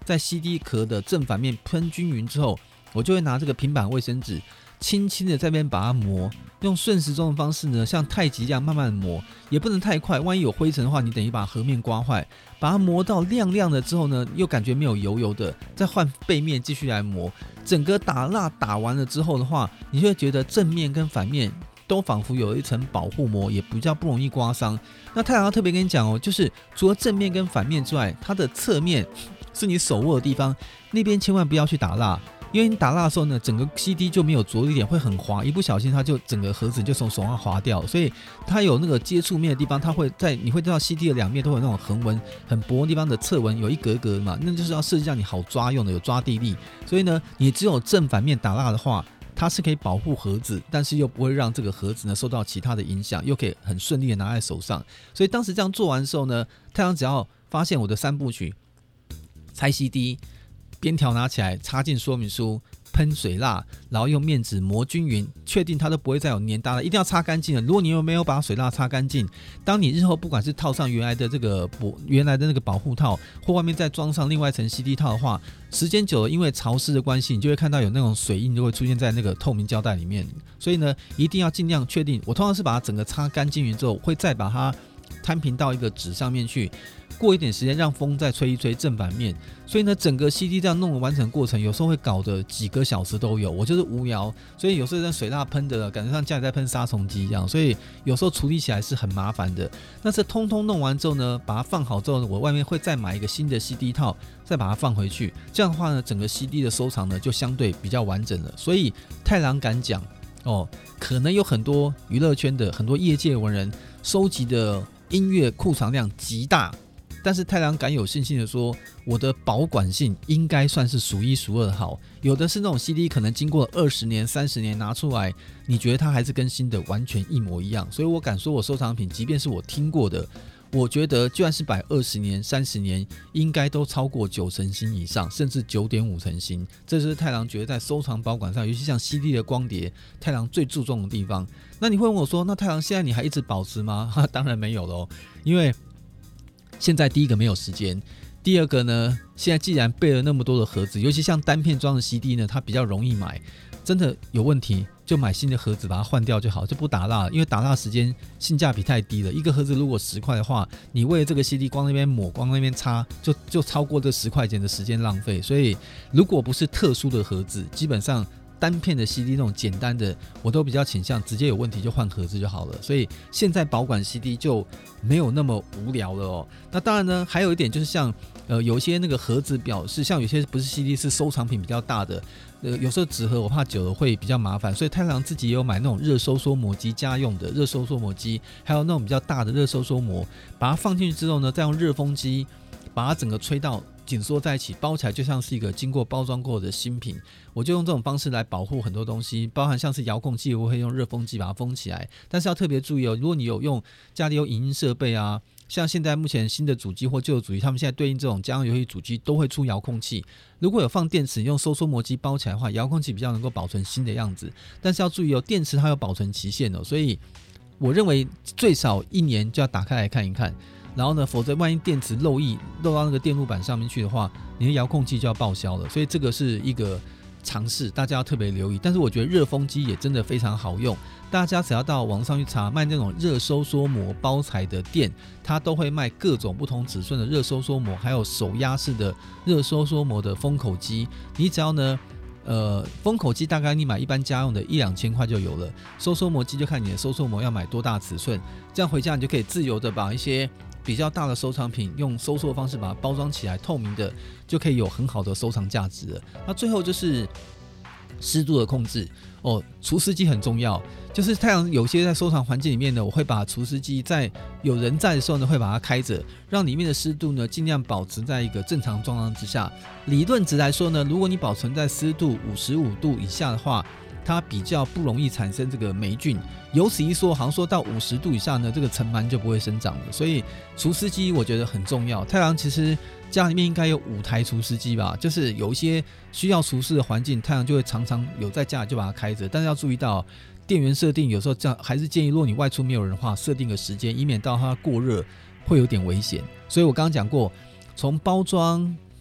在 C D 壳的正反面喷均匀之后，我就会拿这个平板卫生纸轻轻的在那边把它磨，用顺时钟的方式呢，像太极一样慢慢的磨，也不能太快，万一有灰尘的话，你等于把盒面刮坏。把它磨到亮亮的之后呢，又感觉没有油油的，再换背面继续来磨。整个打蜡打完了之后的话，你就会觉得正面跟反面都仿佛有一层保护膜，也比较不容易刮伤。那太阳要特别跟你讲哦，就是除了正面跟反面之外，它的侧面是你手握的地方，那边千万不要去打蜡。因为你打蜡的时候呢，整个 C D 就没有着力点，会很滑，一不小心它就整个盒子就从手上滑掉，所以它有那个接触面的地方，它会在你会知道 C D 的两面都有那种横纹，很薄的地方的侧纹有一格一格嘛，那就是要设计让你好抓用的，有抓地力。所以呢，你只有正反面打蜡的话，它是可以保护盒子，但是又不会让这个盒子呢受到其他的影响，又可以很顺利的拿在手上。所以当时这样做完的时候呢，太阳只要发现我的三部曲拆 C D。边条拿起来插进说明书，喷水蜡，然后用面纸磨均匀，确定它都不会再有黏搭了，一定要擦干净了。如果你有没有把水蜡擦干净，当你日后不管是套上原来的这个原来的那个保护套，或外面再装上另外一层 C D 套的话，时间久了，因为潮湿的关系，你就会看到有那种水印就会出现在那个透明胶带里面。所以呢，一定要尽量确定。我通常是把它整个擦干净匀之后，会再把它摊平到一个纸上面去。过一点时间让风再吹一吹正反面，所以呢整个 C D 这样弄的完成过程有时候会搞得几个小时都有，我就是无聊，所以有时候在水蜡喷的感觉像家里在喷杀虫剂一样，所以有时候处理起来是很麻烦的。那这通通弄完之后呢，把它放好之后，我外面会再买一个新的 C D 套，再把它放回去，这样的话呢整个 C D 的收藏呢就相对比较完整了。所以太郎敢讲哦，可能有很多娱乐圈的很多业界文人收集的音乐库藏量极大，但是太郎敢有信心的说，我的保管性应该算是数一数二好。有的是那种 C D 可能经过二十年、三十年拿出来，你觉得它还是跟新的完全一模一样。所以我敢说，我收藏品，即便是我听过的，我觉得就算是摆二十年、三十年，应该都超过九成新以上，甚至九点五成新。这是太郎觉得在收藏保管上，尤其像 C D 的光碟，太郎最注重的地方。那你会问我说，那太郎现在你还一直保持吗？当然没有咯，因为现在第一个没有时间，第二个呢，现在既然备了那么多的盒子，尤其像单片装的 C D 呢，它比较容易买，真的有问题就买新的盒子把它换掉就好，就不打蜡了，因为打蜡时间性价比太低了。一个盒子如果十块的话，你为了这个 C D 光那边抹光那边擦，就就超过这十块钱的时间浪费。所以如果不是特殊的盒子，基本上单片的 C D 那种简单的，我都比较倾向直接有问题就换盒子就好了。所以现在保管 C D 就没有那么无聊了哦。那当然呢，还有一点就是像呃有些那个盒子表示，像有些不是 C D 是收藏品比较大的，呃有时候纸盒我怕久了会比较麻烦，所以太郎自己也有买那种热收缩膜机，家用的热收缩膜机，还有那种比较大的热收缩膜，把它放进去之后呢，再用热风机把它整个吹到紧缩在一起，包起来就像是一个经过包装过的新品。我就用这种方式来保护很多东西，包含像是遥控器，我会用热风机把它封起来。但是要特别注意哦，如果你有用家里有影音设备啊，像现在目前新的主机或旧的主机，他们现在对应这种家用游戏主机都会出遥控器。如果有放电池，用收缩膜机包起来的话，遥控器比较能够保存新的样子。但是要注意哦，电池它有保存期限哦，所以我认为最少一年就要打开来看一看。然后呢，否则万一电池漏液漏到那个电路板上面去的话，你的遥控器就要报销了。所以这个是一个尝试，大家要特别留意。但是我觉得热风机也真的非常好用，大家只要到网上去查卖那种热收缩膜包材的店，它都会卖各种不同尺寸的热收缩膜，还有手压式的热收缩膜的封口机。你只要呢呃，封口机大概你买一般家用的一两千块就有了，收缩膜机就看你的收缩膜要买多大尺寸，这样回家你就可以自由的把一些比较大的收藏品用收缩的方式把它包装起来，透明的就可以有很好的收藏价值了。那最后就是湿度的控制哦，除湿机很重要。就是太阳有些在收藏环境里面呢，我会把除湿机在有人在的时候呢，会把它开着，让里面的湿度呢尽量保持在一个正常状况之下。理论值来说呢，如果你保存在湿度五十五度以下的话，它比较不容易产生这个霉菌。由此一说，好像说到五十度以下呢，这个尘螨就不会生长了。所以除湿机我觉得很重要。太郎其实家里面应该有五台除湿机吧，就是有一些需要除湿的环境，太阳就会常常有在家里就把它开着。但是要注意到电源设定，有时候这样还是建议，如果你外出没有人的话，设定个时间，以免到它过热会有点危险。所以我刚刚讲过，从包装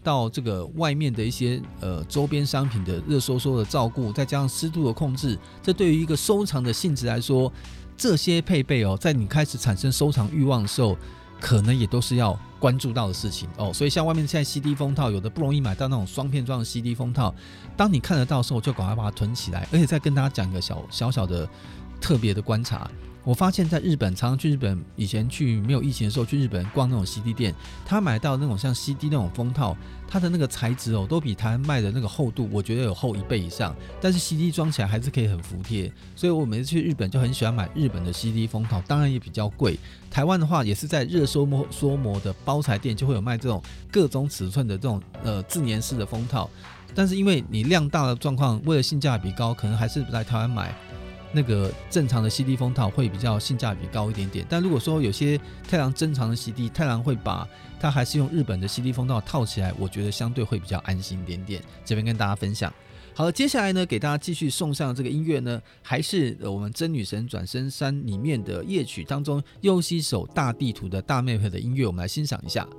到这个外面的一些呃周边商品的热收缩的照顾，再加上湿度的控制，这对于一个收藏的性质来说，这些配备哦，在你开始产生收藏欲望的时候，可能也都是要关注到的事情哦。所以像外面现在 C D 封套，有的不容易买到那种双片装的 C D 封套，当你看得到的时候，就赶快把它囤起来。而且再跟大家讲一个小小小的特别的观察。我发现在日本，常常去日本，以前去没有疫情的时候去日本逛那种 C D 店，他买到那种像 C D 那种封套，它的那个材质哦，都比台湾卖的那个厚度，我觉得有厚一倍以上，但是 C D 装起来还是可以很服帖，所以我每次去日本就很喜欢买日本的 C D 封套，当然也比较贵。台湾的话也是在热缩膜缩膜的包材店就会有卖这种各种尺寸的这种呃自粘式的封套，但是因为你量大的状况，为了性价比高，可能还是来台湾买。那个正常的 C D 封套会比较性价比高一点点，但如果说有些太郎珍藏的 C D， 太郎会把它还是用日本的 C D 封套套起来，我觉得相对会比较安心一点点。这边跟大家分享。好了，接下来呢，给大家继续送上这个音乐呢，还是我们真女神转身山里面的夜曲当中右西手大地图的大妹妹的音乐，我们来欣赏一下。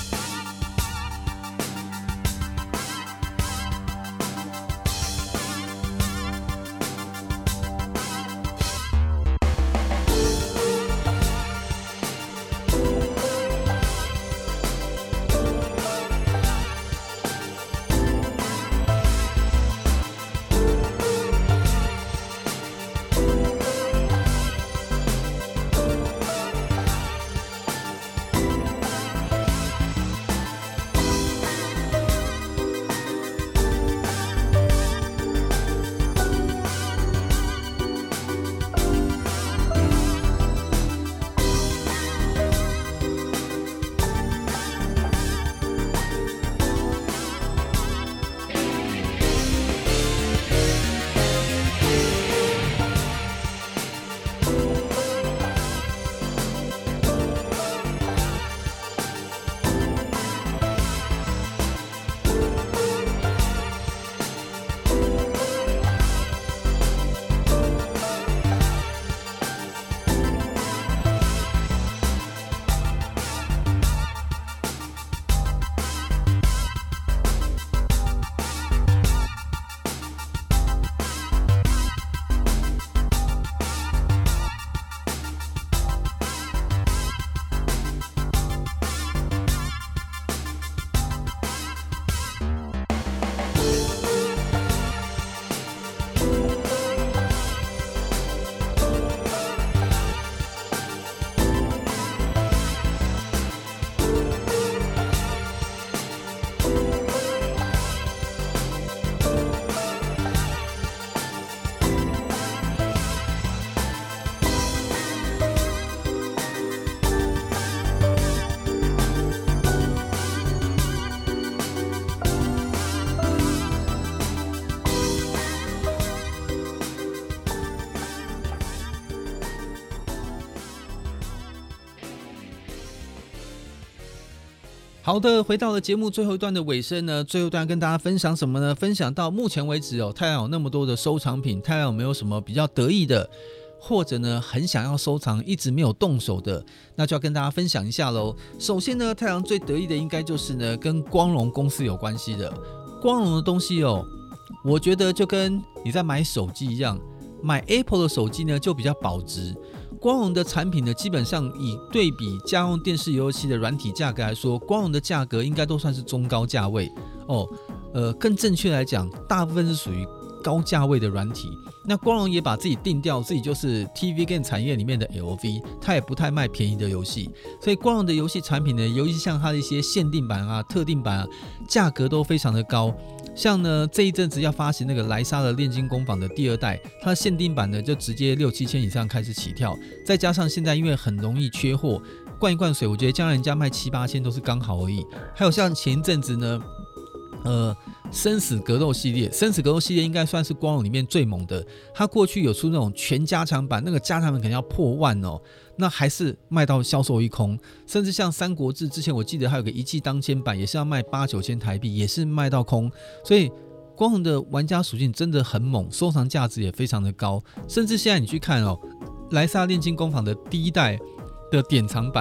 好的，回到了节目最后一段的尾声呢，最后一段跟大家分享什么呢？分享到目前为止哦，太阳有那么多的收藏品，太阳有没有什么比较得意的，或者呢很想要收藏一直没有动手的，那就要跟大家分享一下咯。首先呢，太阳最得意的应该就是呢跟光荣公司有关系的。光荣的东西哦，我觉得就跟你在买手机一样，买 Apple 的手机呢就比较保值。光荣的产品呢，基本上以对比家用电视游戏的软体价格来说，光荣的价格应该都算是中高价位哦。呃，更正确来讲，大部分是属于高价位的软体。那光荣也把自己定调，自己就是 T V game 产业里面的 L V， 它也不太卖便宜的游戏，所以光荣的游戏产品呢，尤其像它的一些限定版啊、特定版啊，价格都非常的高。像呢这一阵子要发行那个莱莎的炼金工坊的第二代，它的限定版呢就直接六七千以上开始起跳，再加上现在因为很容易缺货，灌一灌水，我觉得将来人家卖七八千都是刚好而已。还有像前一阵子呢，呃，生死格斗系列，生死格斗系列应该算是光荣里面最猛的。它过去有出那种全加强版，那个加强版可能要破万哦，那还是卖到销售一空。甚至像三国志之前，我记得还有个一骑当千版，也是要卖八九千台币，也是卖到空。所以光荣的玩家属性真的很猛，收藏价值也非常的高。甚至现在你去看哦，莱莎炼金工坊的第一代的典藏版，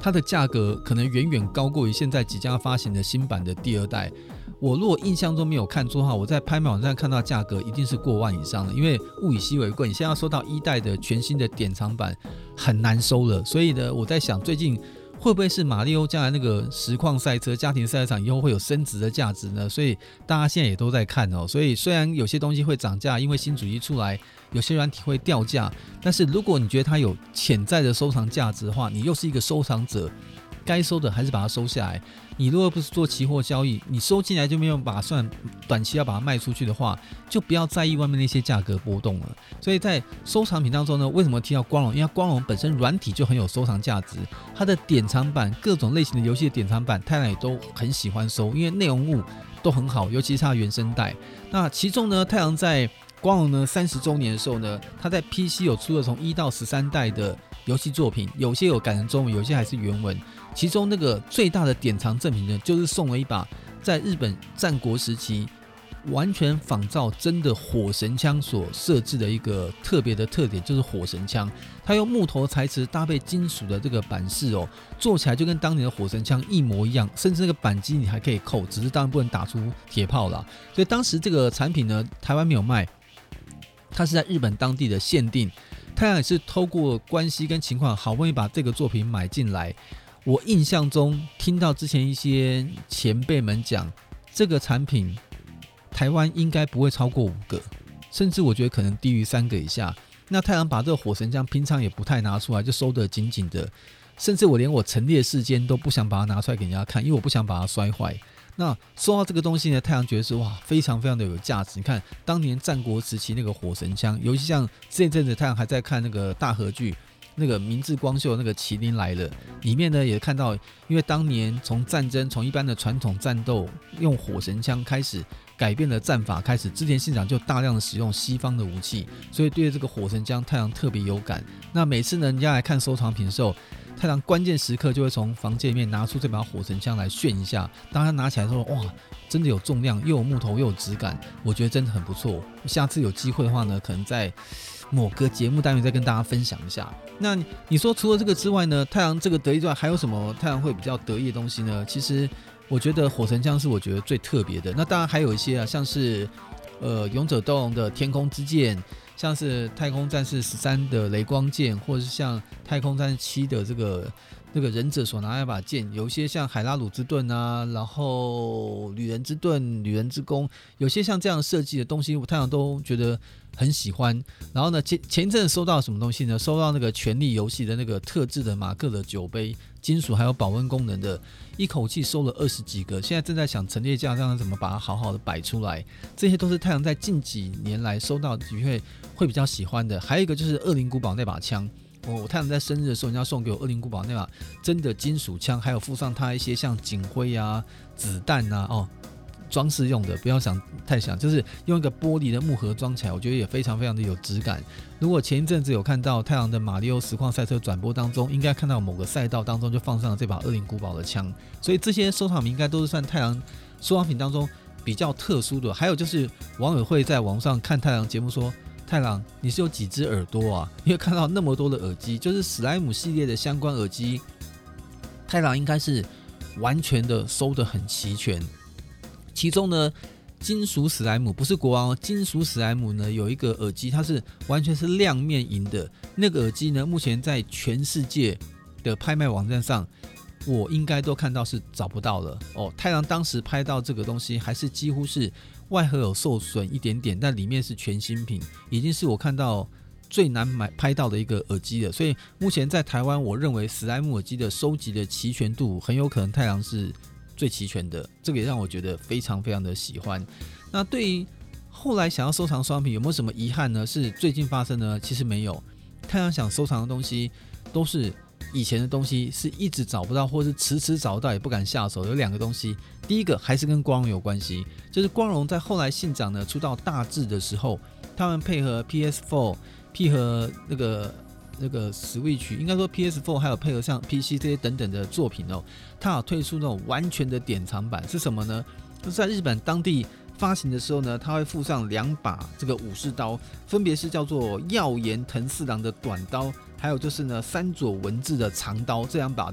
它的价格可能远远高过于现在即将发行的新版的第二代。我如果印象中没有看错的话，我在拍卖网站看到价格一定是过万以上的，因为物以稀为贵，你现在要收到一代的全新的典藏版很难收了。所以呢，我在想最近会不会是马里欧将来那个实况赛车家庭赛车场以后会有升值的价值呢？所以大家现在也都在看哦。所以虽然有些东西会涨价，因为新主机出来，有些软体会掉价，但是如果你觉得它有潜在的收藏价值的话，你又是一个收藏者，该收的还是把它收下来。你如果不是做期货交易，你收进来就没有把它算短期要把它卖出去的话，就不要在意外面那些价格波动了。所以在收藏品当中呢，为什么提到光荣？因为光荣本身软体就很有收藏价值，它的典藏版各种类型的游戏的典藏版，太阳也都很喜欢收，因为内容物都很好，尤其是它原声带。那其中呢，太阳在光荣呢三十周年的时候呢，它在 P C 有出了从一到十三代的游戏作品，有些有改成中文，有些还是原文。其中那个最大的典藏赠品呢，就是送了一把在日本战国时期完全仿照真的火神枪所设置的一个特别的特点，就是火神枪。它用木头材质搭配金属的这个板饰哦，做起来就跟当年的火神枪一模一样，甚至那个扳机你还可以扣，只是当然不能打出铁炮啦。所以当时这个产品呢，台湾没有卖，它是在日本当地的限定。太阳也是透过关系跟情况，好不容易把这个作品买进来。我印象中听到之前一些前辈们讲，这个产品台湾应该不会超过五个，甚至我觉得可能低于三个以下。那太阳把这个火神枪平常也不太拿出来，就收得紧紧的，甚至我连我陈列世间都不想把它拿出来给人家看，因为我不想把它摔坏。那收到这个东西呢，太阳觉得是哇，非常非常的有价值。你看当年战国时期那个火神枪，尤其像这阵子太阳还在看那个大河剧，那个明治光秀那个麒麟来了，里面呢也看到，因为当年从战争从一般的传统战斗用火神枪开始改变了战法，开始织田信长就大量的使用西方的武器，所以对这个火神枪太阳特别有感。那每次呢人家来看收藏品的时候，太阳关键时刻就会从房间里面拿出这把火神枪来炫一下，当他拿起来说哇，真的有重量，又有木头又有质感，我觉得真的很不错。下次有机会的话呢，可能在某个节目单元再跟大家分享一下。那你说除了这个之外呢，太阳这个得意之外还有什么太阳会比较得意的东西呢？其实我觉得火神枪是我觉得最特别的。那当然还有一些啊，像是呃勇者斗龙的天空之剑，像是太空战士十三的雷光剑，或者是像太空战士七的这个那个忍者所拿的一把剑，有一些像海拉鲁之盾啊，然后旅人之盾、旅人之弓，有些像这样设计的东西，我太阳都觉得很喜欢。然后呢，前前一阵收到什么东西呢？收到那个权力游戏的那个特制的马克的酒杯，金属还有保温功能的，一口气收了二十几个，现在正在想陈列架上怎么把它好好的摆出来。这些都是太阳在近几年来收到机会会比较喜欢的。还有一个就是恶灵古堡那把枪。我太阳在生日的时候，人家送给我恶灵古堡那把真的金属枪，还有附上它一些像警徽啊、子弹啊，哦，装饰用的，不要想太想，就是用一个玻璃的木盒装起来，我觉得也非常非常的有质感。如果前一阵子有看到太阳的马里奥实况赛车转播当中，应该看到某个赛道当中就放上了这把恶灵古堡的枪，所以这些收藏品应该都是算太阳收藏品当中比较特殊的。还有就是网友会在网上看太阳节目说，太郎，你是有几只耳朵啊？因为看到那么多的耳机，就是史莱姆系列的相关耳机，太郎应该是完全的收得很齐全。其中呢，金属史莱姆不是国王哦，金属史莱姆呢有一个耳机，它是完全是亮面银的。那个耳机呢，目前在全世界的拍卖网站上，我应该都看到是找不到了哦。太郎当时拍到这个东西，还是几乎是外盒有受损一点点，但里面是全新品，已经是我看到最难买拍到的一个耳机了。所以目前在台湾，我认为史莱姆耳机的收集的齐全度，很有可能太郎是最齐全的，这个也让我觉得非常非常的喜欢。那对于后来想要收藏收藏品，有没有什么遗憾呢？是最近发生呢？其实没有。太阳想收藏的东西都是以前的东西，是一直找不到，或是迟迟找不到也不敢下手。有两个东西，第一个还是跟光荣有关系，就是光荣在后来信长呢出到大志的时候，他们配合 P S 四， 配合那个那个 Switch， 应该说 P S 四 还有配合上 P C 这些等等的作品哦，它有推出那种完全的典藏版，是什么呢？就是在日本当地发行的时候呢，它会附上两把这个武士刀，分别是叫做耀岩藤四郎的短刀，还有就是呢三佐文治的长刀，这两把刀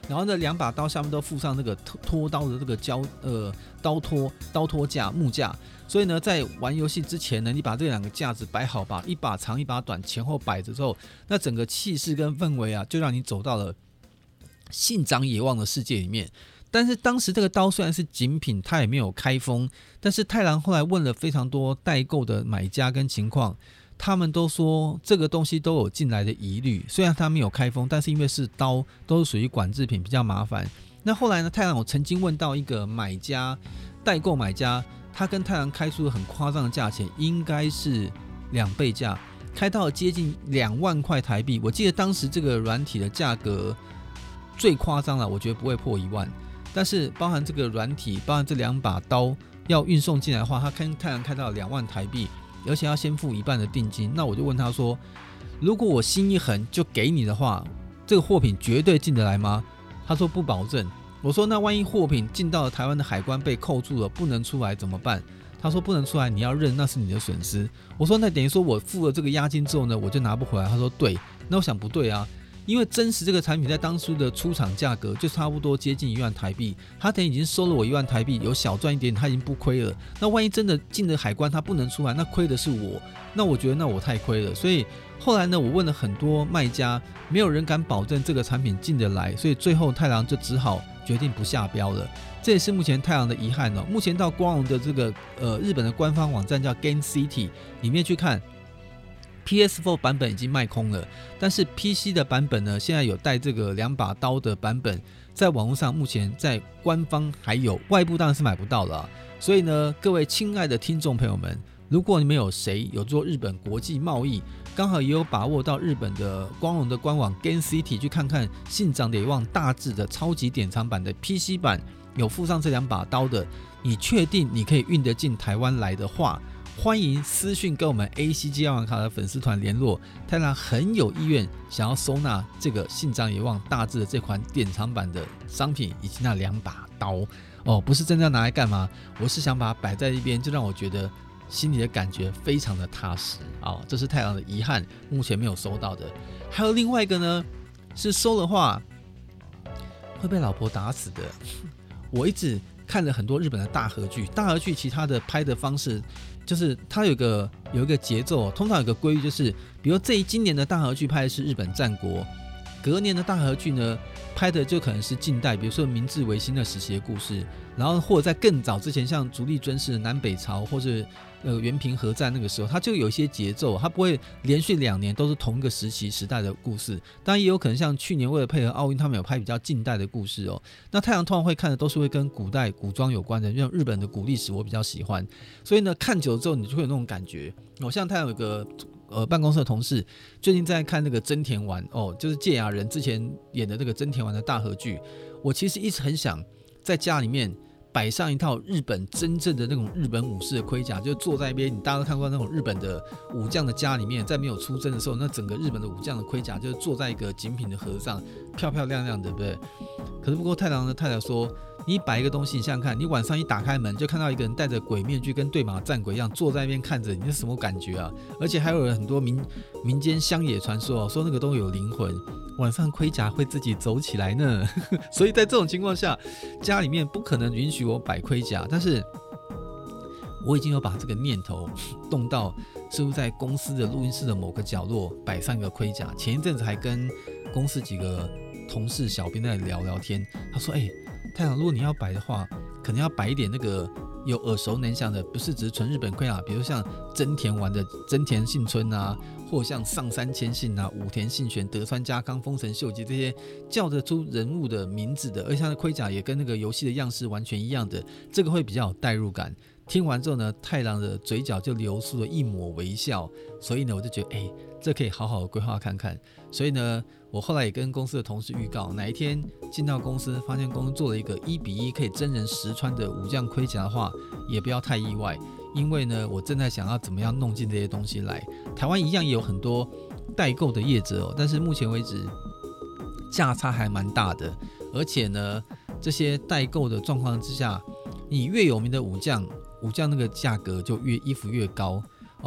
然后呢两把刀下面都附上那个拖刀的这个胶呃刀托刀托架木架，所以呢在玩游戏之前呢，你把这两个架子摆好，把一把长一把短前后摆着之后，那整个气势跟氛围啊，就让你走到了信长野望的世界里面。但是当时这个刀虽然是精品，它也没有开封，但是太郎后来问了非常多代购的买家跟情况，他们都说这个东西都有进来的疑虑，虽然它没有开封，但是因为是刀，都是属于管制品，比较麻烦。那后来呢，太郎我曾经问到一个买家，代购买家，他跟太郎开出了很夸张的价钱，应该是两倍价，开到了接近两万块台币。我记得当时这个软体的价格最夸张了，我觉得不会破一万。但是包含这个软体，包含这两把刀要运送进来的话，他跟太阳开到了两万台币，而且要先付一半的定金。那我就问他说，如果我心一横就给你的话，这个货品绝对进得来吗？他说不保证。我说那万一货品进到了台湾的海关被扣住了，不能出来怎么办？他说不能出来，你要认，那是你的损失。我说那等于说我付了这个押金之后呢，我就拿不回来。他说对。那我想不对啊，因为真实这个产品在当初的出厂价格就差不多接近一万台币，他等于已经收了我一万台币，有小赚一点，他已经不亏了。那万一真的进了海关，他不能出来，那亏的是我，那我觉得那我太亏了。所以后来呢，我问了很多卖家，没有人敢保证这个产品进得来，所以最后太郎就只好决定不下标了。这也是目前太郎的遗憾哦。目前到光荣的这个呃日本的官方网站叫 Game City 里面去看。P S 四 版本已经卖空了，但是 P C 的版本呢，现在有带这个两把刀的版本，在网络上目前在官方还有，外部当然是买不到了、啊。所以呢，各位亲爱的听众朋友们，如果你们有谁有做日本国际贸易，刚好也有把握到日本的光荣的官网 Game City 去看看信长野望大志的超级典藏版的 P C 版，有附上这两把刀的，你确定你可以运得进台湾来的话，欢迎私讯跟我们 A C G 亚玩卡的粉丝团联络，太郎很有意愿想要收纳这个信长野望大志的这款典藏版的商品以及那两把刀哦，不是真的要拿来干嘛，我是想把它摆在一边，就让我觉得心里的感觉非常的踏实哦，这是太郎的遗憾，目前没有收到的。还有另外一个呢，是收的话会被老婆打死的。我一直看了很多日本的大河剧，大河剧其他的拍的方式就是它有一个有一个节奏，通常有个规律，就是比如这一今年的大河剧拍的是日本战国，隔年的大河剧呢拍的就可能是近代，比如说明治维新的时期的故事，然后或者在更早之前，像足利尊氏南北朝或是呃元平合战那个时候，它就有一些节奏，它不会连续两年都是同一个时期时代的故事。当然也有可能像去年为了配合奥运，他们有拍比较近代的故事哦。那太阳通常会看的都是会跟古代古装有关的，像日本的古历史我比较喜欢，所以呢看久了之后你就会有那种感觉。哦，像太阳有个呃办公室的同事最近在看那个真田丸哦，就是芥雅人之前演的那个真田丸的大河剧，我其实一直很想在家里面摆上一套日本真正的那种日本武士的盔甲，就坐在一边，你大家都看过那种日本的武将的家里面，在没有出征的时候，那整个日本的武将的盔甲就是坐在一个精品的盒上，漂漂亮亮的，对不对？可是不过太郎的太太说，你摆一个东西，你想想看，你晚上一打开门就看到一个人戴着鬼面具，跟对马战鬼一样坐在那边看着你，是什么感觉啊？而且还有很多民民间乡野传说，说那个东西有灵魂，晚上盔甲会自己走起来呢。所以在这种情况下，家里面不可能允许我摆盔甲，但是我已经有把这个念头动到，是不是在公司的录音室的某个角落摆上一个盔甲？前一阵子还跟公司几个同事小编在聊聊天，他说：“哎、欸，太阳，如果你要摆的话，可能要摆一点那个有耳熟能详的，不是只是纯日本盔甲，比如像真田丸的真田幸村啊，或像上杉谦信啊、武田信玄、德川家康、丰臣秀吉这些叫得出人物的名字的，而且他的盔甲也跟那个游戏的样式完全一样的，这个会比较有代入感。”听完之后呢，太郎的嘴角就流出了一抹微笑，所以呢，我就觉得，哎、欸，这可以好好的规划看看。所以呢，我后来也跟公司的同事预告，哪一天进到公司，发现公司做了一个一比一可以真人实穿的武将盔甲的话，也不要太意外，因为呢，我正在想要怎么样弄进这些东西来。台湾一样也有很多代购的业者哦，但是目前为止价差还蛮大的，而且呢，这些代购的状况之下，你越有名的武将。武将那个价格就越衣服越高哦，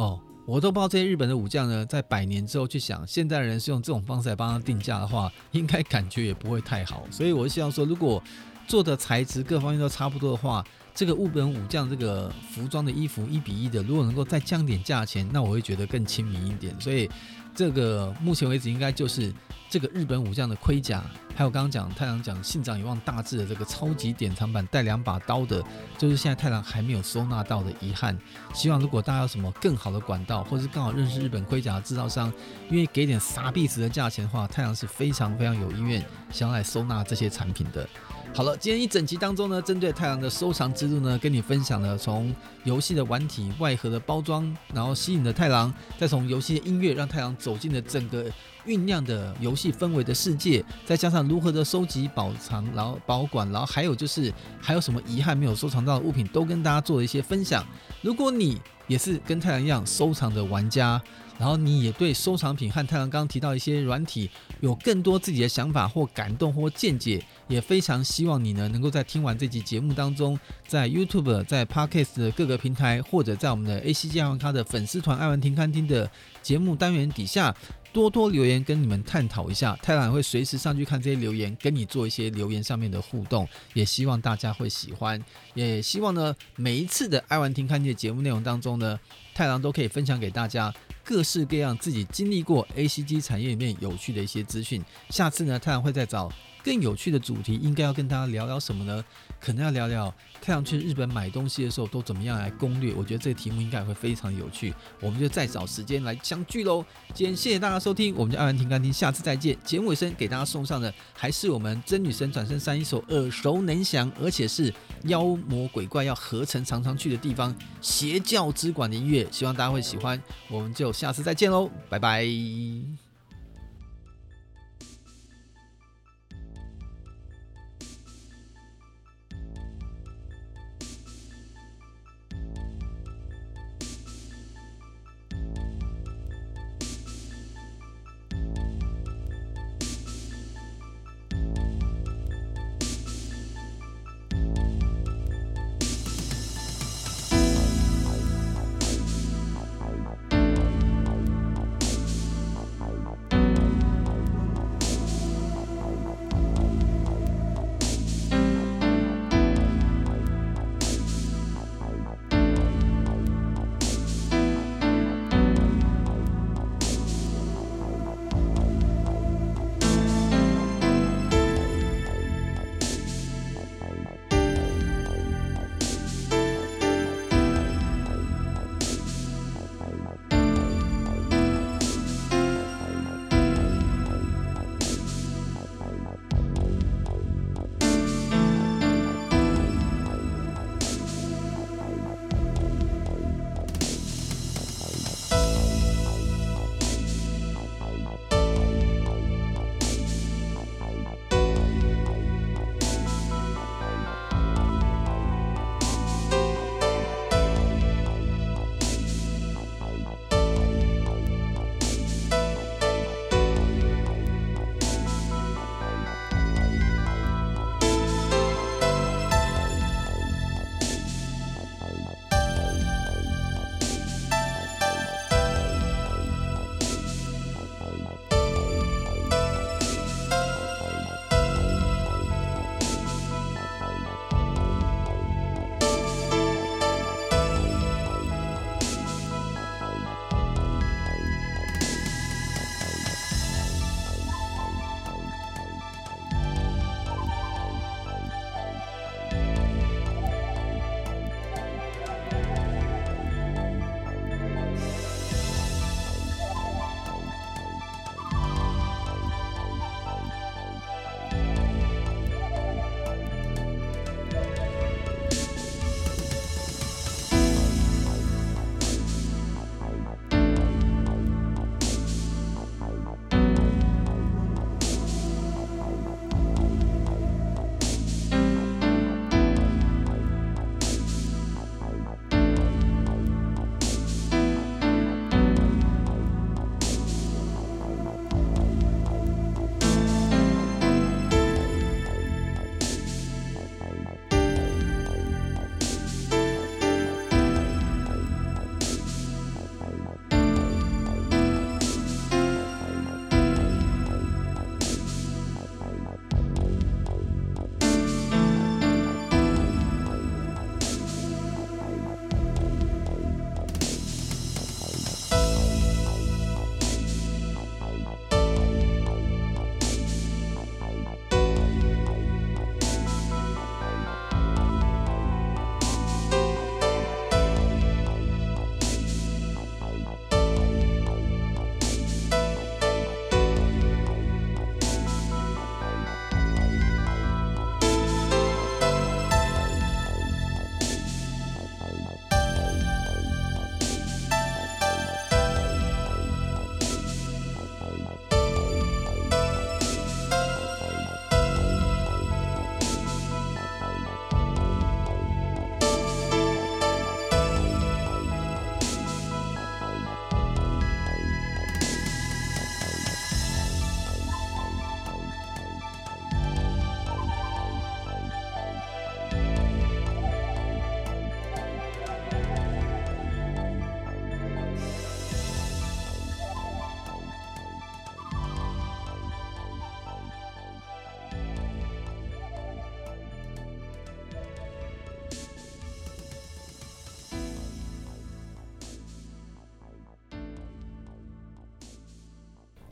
我都不知道这些日本的武将呢，在百年之后去想，现代人是用这种方式来帮他定价的话，应该感觉也不会太好。所以我希望说，如果做的材质各方面都差不多的话，这个日本武将这个服装的衣服一比一的，如果能够再降点价钱，那我会觉得更亲民一点。所以这个目前为止应该就是这个日本武将的盔甲，还有刚刚讲太郎讲信长有望大志的这个超级典藏版带两把刀的，就是现在太郎还没有收纳到的遗憾。希望如果大家有什么更好的管道，或是刚好认识日本盔甲的制造商，因为给点傻币值的价钱的话，太郎是非常非常有意愿想要来收纳这些产品的。好了，今天一整集当中呢，针对太郎的收藏之路呢，跟你分享了从游戏的玩体、外盒的包装，然后吸引了太郎，再从游戏的音乐让太郎走进了整个酝酿的游戏氛围的世界，再加上如何的收集、保藏，然后保管，然后还有就是还有什么遗憾没有收藏到的物品，都跟大家做了一些分享。如果你也是跟太郎一样收藏的玩家，然后你也对收藏品和太郎刚刚提到一些软体有更多自己的想法或感动或见解，也非常希望你呢能够在听完这集节目当中，在 YouTube、在 Podcast 的各个平台，或者在我们的 A C G 爱玩咖的粉丝团爱玩听看听的节目单元底下多多留言跟你们探讨一下，太郎也会随时上去看这些留言，跟你做一些留言上面的互动，也希望大家会喜欢，也希望呢每一次的爱玩听看听的节目内容当中呢，太郎都可以分享给大家各式各样自己经历过 A C G 产业里面有趣的一些资讯。下次呢，太郎会再找更有趣的主题，应该要跟大家聊聊什么呢？可能要聊聊太阳去日本买东西的时候都怎么样来攻略，我觉得这个题目应该会非常有趣，我们就再找时间来相聚咯。今天谢谢大家收听，我们就爱玩听干听，下次再见。节目尾声给大家送上的还是我们真女神转身三一首耳熟能详，而且是妖魔鬼怪要合成常常去的地方邪教之馆的音乐，希望大家会喜欢。我们就下次再见咯，拜拜。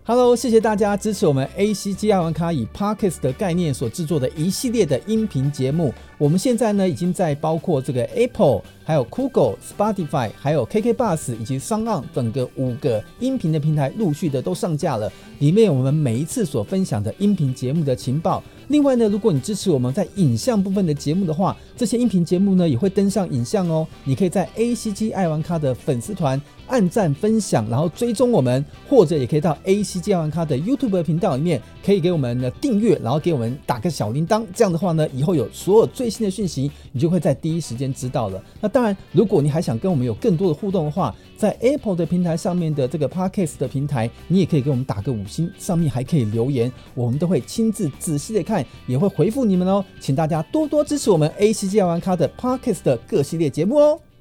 Hello， 谢谢大家支持我们 A C G 爱玩咖以 Podcast 的概念所制作的一系列的音频节目。我们现在呢已经在包括这个 Apple、还有 Google、Spotify、还有 K K Bus 以及 SoundOn 等个五个音频的平台陆续的都上架了。里面我们每一次所分享的音频节目的情报。另外呢，如果你支持我们在影像部分的节目的话，这些音频节目呢也会登上影像哦。你可以在 A C G 爱玩咖的粉丝团按赞分享，然后追踪我们，或者也可以到 A C G 爱玩咖的 YouTube 频道里面，可以给我们的订阅，然后给我们打个小铃铛。这样的话呢，以后有所有最新的讯息，你就会在第一时间知道了。那当然，如果你还想跟我们有更多的互动的话，在 Apple 的平台上面的这个 Podcast 的平台，你也可以给我们打个五星，上面还可以留言，我们都会亲自仔细的看，也会回复你们哦。请大家多多支持我们 A C G 爱玩咖的 Podcast 的各系列节目哦。